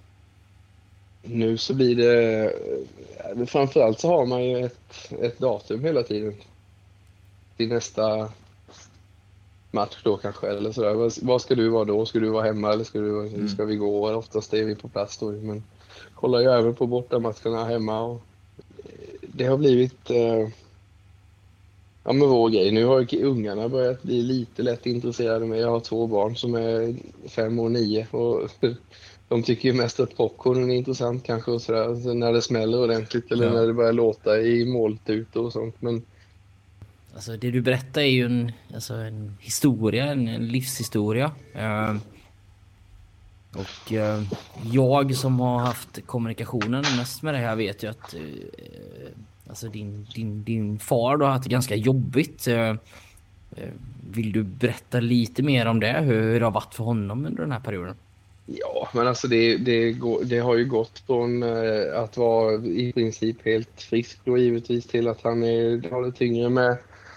nu så blir det, framförallt så har man ju ett, ett datum hela tiden till nästa match då kanske, eller sådär. Vad, vad ska du vara då? Ska du vara hemma eller ska, du, mm. ska vi gå? Oftast är vi på plats då, men kollar ju även på bortamatcherna hemma, och det har blivit eh, ja, men vår grej. Nu har ju ungarna börjat bli lite lätt intresserade med. Jag har två barn som är fem och nio, och de tycker ju mest att popcorn är intressant kanske, och sådär, så när det smäller ordentligt eller ja. När det börjar låta i måltut och sånt. Men alltså det du berättar är ju en, alltså en historia, en, en livshistoria. Uh, och uh, jag som har haft kommunikationen mest med det här vet ju att uh, alltså din, din, din far då har haft det ganska jobbigt. Uh, uh, vill du berätta lite mer om det? Hur, hur det har varit för honom under den här perioden? Ja, men alltså det, det, går, det har ju gått från uh, att vara i princip helt frisk då givetvis till att han är, har det tyngre med.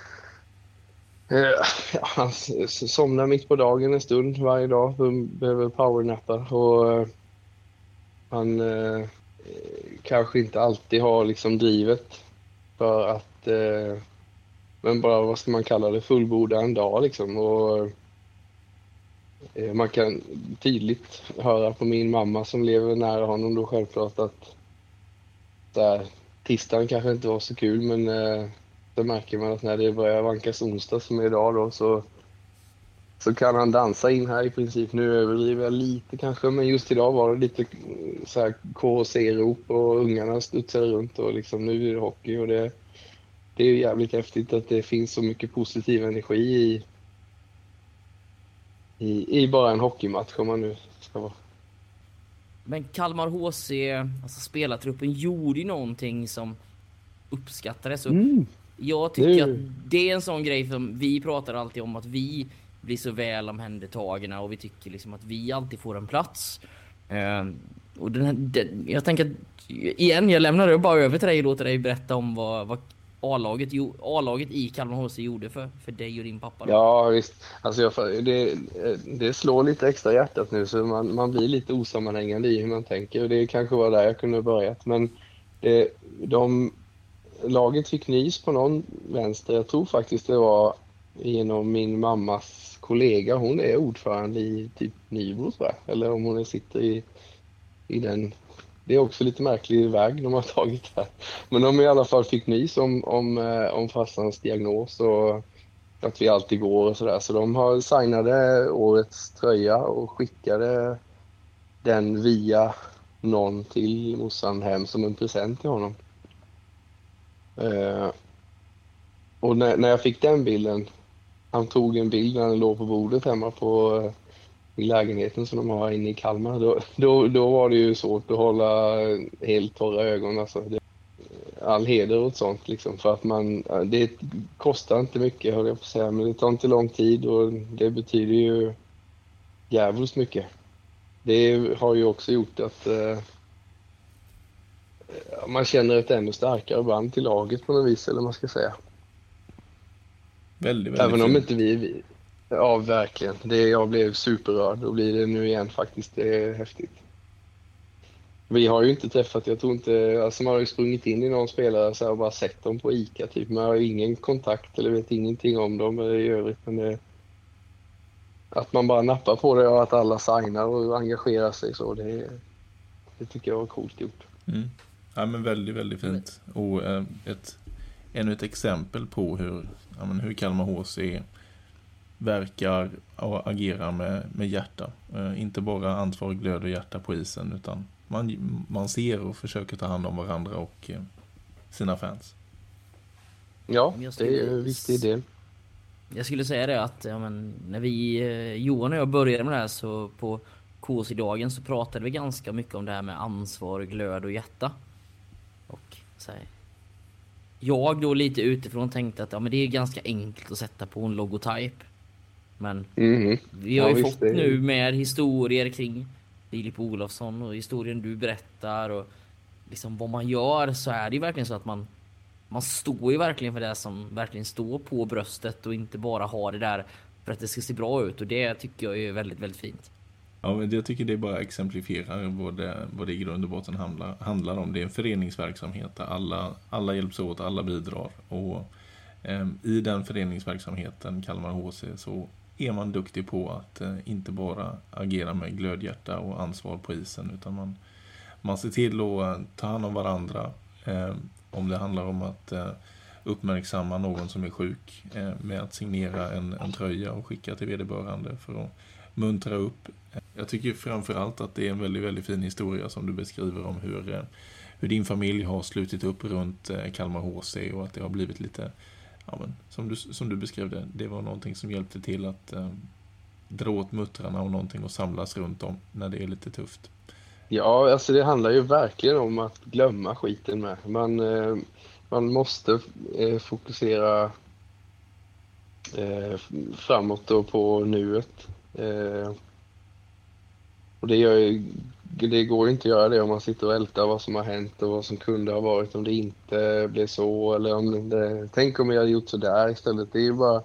Ja, han somnar mitt på dagen en stund varje dag, behöver powernappa, och uh, han uh, kanske inte alltid har liksom drivet för att uh, men bara, vad ska man kalla det, fullborda en dag liksom. Och uh, man kan tydligt höra på min mamma som lever nära honom då självklart att där, tisdagen kanske inte var så kul, men uh, så märker man att när det börjar vankas onsdag som är idag då, så, så kan han dansa in här i princip. Nu överdriver jag lite kanske, men just idag var det lite så här K C-rop och ungarna studsade runt, och liksom nu är det hockey, och det, det är ju jävligt häftigt att det finns så mycket positiv energi i, i, i bara en hockeymatch om man nu ska vara. Men Kalmar H C, alltså spelartruppen, gjorde ju någonting som uppskattades. Mm. Jag tycker att det är en sån grej som vi pratar alltid om, att vi blir så väl omhändertagna, och vi tycker liksom att vi alltid får en plats. Uh, och den här, den, jag tänker att, igen, jag lämnar det bara över till dig och låter dig berätta om vad, vad A-laget, A-laget i Kalmar H C gjorde för, för dig och din pappa då? Ja, visst. Alltså jag, det, det slår lite extra hjärtat nu, så man, man blir lite osammanhängande i hur man tänker. Och det kanske var där jag kunde börjat. Men det, de, laget fick nys på någon vänster. Jag tror faktiskt det var genom min mammas kollega. Hon är ordförande i typ Nybro, tror jag. Eller om hon sitter i, i den... Det är också lite märklig väg de har tagit här. Men de i alla fall fick nys om, om, om farsans diagnos och att vi alltid går och sådär. Så de har signade årets tröja och skickade den via någon till morsan hem som en present till honom. Uh, och när, när jag fick den bilden, han tog en bild när den låg på bordet hemma på... i lägenheten som de har inne i Kalmar, då, då, då var det ju svårt att hålla helt torra ögon. Alltså. Det, all heder åt sånt, liksom, för att man, det kostar inte mycket, höll jag på att säga, men det tar inte lång tid och det betyder ju jävligt mycket. Det har ju också gjort att eh, man känner ett ännu starkare band till laget på något vis, eller man ska säga. Väldigt, väldigt Även om fint. inte vi... vi Ja, verkligen. Det, jag blev superrörd och blir det nu igen faktiskt. Det är häftigt. Vi har ju inte träffat, jag tror inte, alltså man har ju sprungit in i någon spelare så och bara sett dem på ICA typ. Man har ju ingen kontakt eller vet ingenting om dem i övrigt. Men det, att man bara nappar på det och att alla signar och engagerar sig så, det, det tycker jag var coolt gjort. Mm. Ja, men väldigt, väldigt fint. Och eh, ett, ännu ett exempel på hur, ja, men hur Kalmar H C verkar och agerar med, med hjärta. Eh, inte bara ansvar, glöd och hjärta på isen, utan man, man ser och försöker ta hand om varandra och eh, sina fans. Ja, Jag det skulle- är ju en viktig del. Jag skulle säga det att ja, men, när vi, eh, Johan och jag började med det här så på K C-dagen så pratade vi ganska mycket om det här med ansvar, glöd och hjärta. Och så här, jag då lite utifrån tänkte att ja, men det är ganska enkelt att sätta på en logotyp. Men Mhm. vi har Ja, ju visst, fått det är- nu med historier kring Filip Olofsson och historien du berättar och liksom vad man gör, så är det ju verkligen så att man man står ju verkligen för det som verkligen står på bröstet och inte bara har det där för att det ska se bra ut, och det tycker jag är väldigt, väldigt fint. Ja, men jag tycker det bara exemplifierar vad det, vad det i grund och botten handlar, handlar om. Det är en föreningsverksamhet där alla, alla hjälps åt, alla bidrar. Och eh, i den föreningsverksamheten, Kalmar H C, så är man duktig på att eh, inte bara agera med glödhjärta och ansvar på isen, utan man, man ser till att eh, ta hand om varandra. Eh, om det handlar om att eh, uppmärksamma någon som är sjuk eh, med att signera en, en tröja och skicka till vederbörande för att muntra upp. Jag tycker framförallt att det är en väldigt, väldigt fin historia som du beskriver om hur, eh, hur din familj har slutit upp runt eh, Kalmar H C, och att det har blivit lite, ja, men, som, du, som du beskrev det, det var någonting som hjälpte till att eh, dra åt muttrarna och någonting att samlas runt om när det är lite tufft. Ja, alltså det handlar ju verkligen om att glömma skiten med. Man, eh, man måste eh, fokusera eh, framåt och på nuet. Eh, och det, gör ju, det går ju inte att göra det om man sitter och ältar vad som har hänt och vad som kunde ha varit om det inte blev så. Eller om det, tänk om jag hade gjort så där istället. Det är ju bara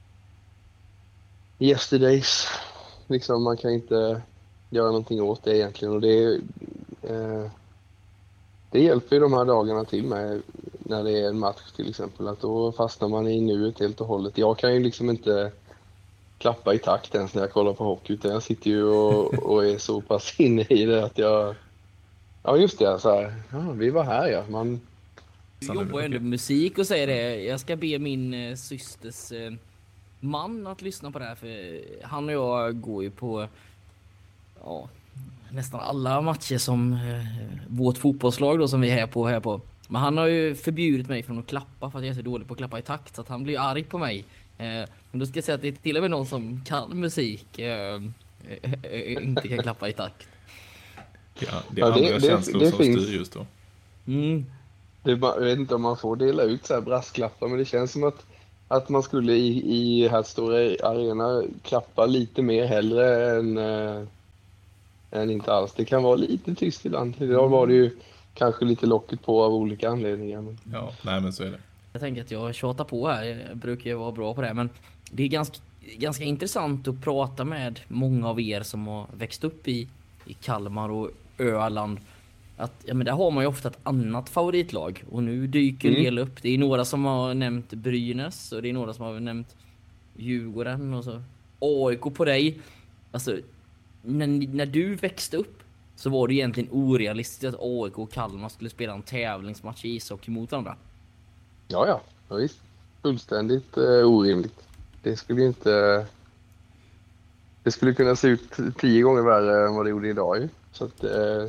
yesterdays. Liksom, man kan inte göra någonting åt det egentligen, och det, eh, det hjälper ju de här dagarna till med när det är en match till exempel, att då fastnar man i nuet helt och hållet. Jag kan ju liksom inte klappa i takt ens när jag kollar på hockey, utan jag sitter ju och, och är så pass inne i det att jag, ja just det, så här, ja, vi var här ja, man, Du jobbar ju ändå med musik och säger det. Jag ska be min eh, systers eh, man att lyssna på det här, för han och jag går ju på ja, nästan alla matcher som eh, vårt fotbollslag då som vi är här på här på. Men han har ju förbjudit mig från att klappa för att jag är så dålig på att klappa i takt, så att han blir arg på mig. Eh, men då ska jag säga att det är till och med någon som kan musik eh, eh, inte kan klappa i takt. Ja, det är Ja, det- andra det- känslor det som finns. styr just då. Mm. det är bara, jag vet inte om man får dela ut så här brasklappar, men det känns som att att man skulle i, i här stora arena klappa lite mer hellre än, äh, än inte alls. Det kan vara lite tyst ibland. Idag var det ju kanske lite locket på av olika anledningar. Men... Ja, nej men så är det. Jag tänker att jag tjatar på här, jag brukar ju vara bra på det, men det är ganska, ganska intressant att prata med många av er som har växt upp i, i Kalmar och Öland. Att, ja, men där har man ju ofta ett annat favoritlag, och nu dyker mm. en del upp. Det är några som har nämnt Brynäs, och det är några som har nämnt Djurgården och så A I K på dig. Alltså, när, när du växte upp så var det egentligen orealistiskt att A I K och Kalmar skulle spela en tävlingsmatch i ishockey mot varandra. Ja, ja, ja visst. Fullständigt eh, orimligt. Det skulle ju inte... Det skulle kunna se ut tio gånger värre än vad det gjorde idag ju. Så att... Eh,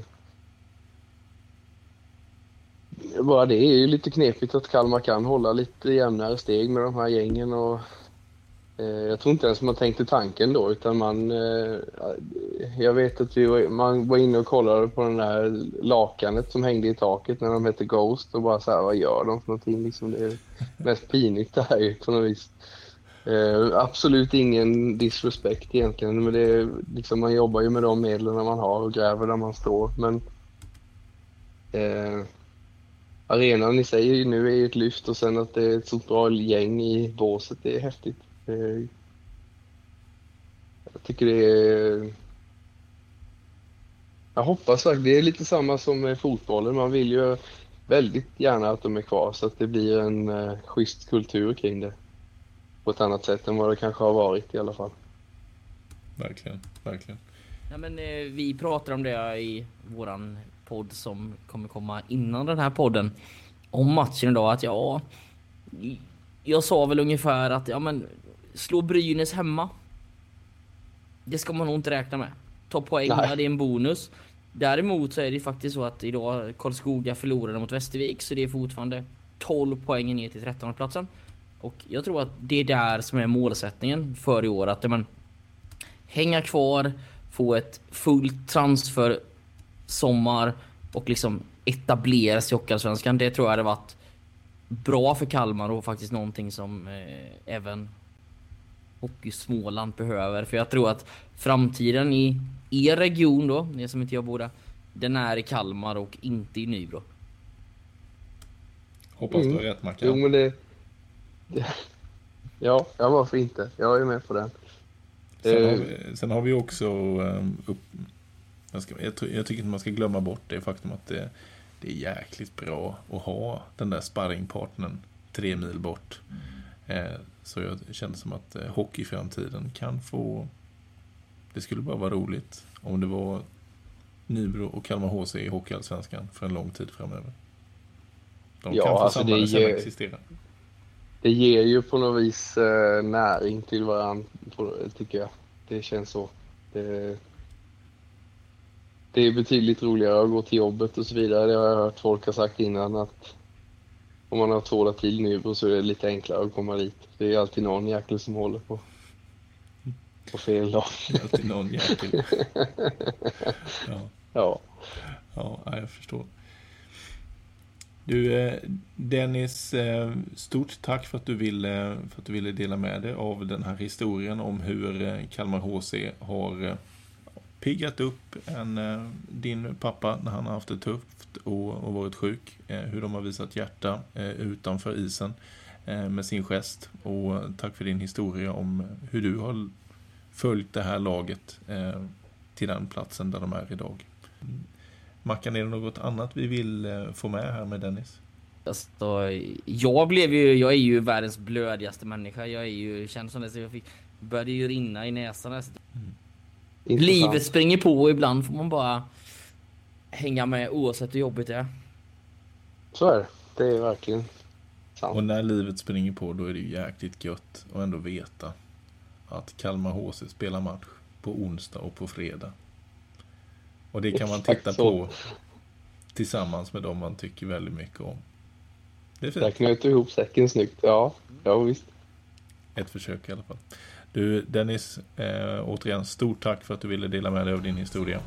bara det är ju lite knepigt att Kalmar kan hålla lite jämnare steg med de här gängen, och eh, jag tror inte ens man tänkte tanken då, utan man eh, jag vet att vi var, man var inne och kollade på den där lakanet som hängde i taket när de hette Ghost, och bara så här, vad gör de för någonting liksom? Det är mest pinigt det här ju på något vis. Eh, absolut ingen disrespect egentligen, men det är liksom, man jobbar ju med de medlen man har och gräver där man står, men eh, arenan i sig nu är ju ett lyft, och sen att det är ett så bra gäng i båset, det är häftigt. Jag tycker det är... Jag hoppas att det är lite samma som med fotbollen. Man vill ju väldigt gärna att de är kvar, så att det blir en uh, schysst kultur kring det. På ett annat sätt än vad det kanske har varit i alla fall. Verkligen, verkligen. Ja, men, eh, vi pratar om det i våran podd som kommer komma innan den här podden om matchen idag, att ja, jag sa väl ungefär att ja, men slå Brynäs hemma, det ska man nog inte räkna med. Ta poäng, det är en bonus. Däremot så är det faktiskt så att idag Karlskoga förlorade mot Västervik, så det är fortfarande tolv poäng ner till trettonde platsen. Och jag tror att det är där som är målsättningen för i år, att man hänga kvar, få ett fullt transfer sommar och liksom etablera sig i Hockeyallsvenskan. Det tror jag hade varit bra för Kalmar, och faktiskt någonting som eh, även Hockey Småland behöver. För jag tror att framtiden i er region då, det som inte jag bor där, den är i Kalmar och inte i Nybro. Hoppas du har rätt, Mackan. Jo, men det, det... Ja, ja, varför inte? Jag är med på den. Sen har vi, sen har vi också um, upp, jag, ska, jag, jag tycker inte man ska glömma bort det faktum att det, det är jäkligt bra att ha den där sparringpartnern tre mil bort. Mm. Eh, så jag känner som att eh, hockeyframtiden kan få, det skulle bara vara roligt om det var Nybro och Kalmar H C i Hockeyallsvenskan för en lång tid framöver. De ja, kan få alltså samma det ger, existera. Det ger ju på något vis eh, näring till varandra, tycker jag. Det känns så. Det, det är betydligt roligare att gå till jobbet och så vidare. Det har jag hört folk ha sagt innan, att om man har tvålat till Nybro så är det lite enklare att komma dit. Det är alltid någon jäkel som håller på, på fel dag. Alltid någon jäkel. Ja. Ja. Ja, jag förstår. Du, Dennis, stort tack för att du ville, för att du ville dela med dig av den här historien om hur Kalmar H C har piggat upp en, din pappa när han har haft det tufft och, och varit sjuk. Hur de har visat hjärta utanför isen med sin gest. Och tack för din historia om hur du har följt det här laget till den platsen där de är idag. Mackan, är det något annat vi vill få med här med Dennis? Alltså, jag blev ju, jag är ju världens blödigaste människa. Jag är ju, känns som det, så jag fick, började ju rinna i näsan. Mm. Livet springer på, och ibland får man bara hänga med oavsett hur jobbigt det är. Så är det, det är verkligen sant. Och när livet springer på, då är det ju jäkligt gött att ändå veta att Kalmar H C spelar match på onsdag och på fredag. Och det kan man titta på tillsammans med dem man tycker väldigt mycket om. Det är fint. Där knöt du ihop säcken snyggt. Ja, ja visst. Ett försök i alla fall. Du, Dennis, eh, återigen stort tack för att du ville dela med dig av din historia.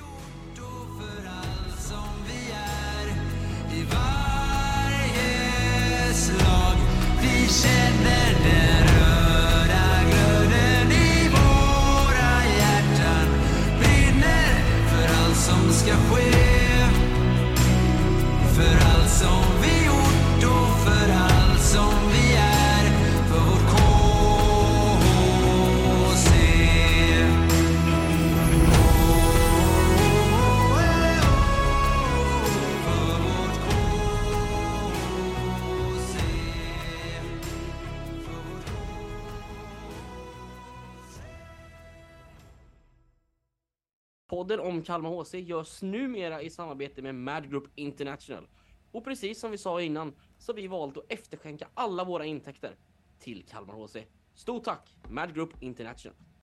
Vi känner den röda glöden i våra hjärtan, brinner för allt som ska ske, för allt som vi gjort och för allt som Podden om Kalmar H C görs numera i samarbete med Mad Group International. Och precis som vi sa innan så har vi valt att efterskänka alla våra intäkter till Kalmar H C. Stort tack, Mad Group International.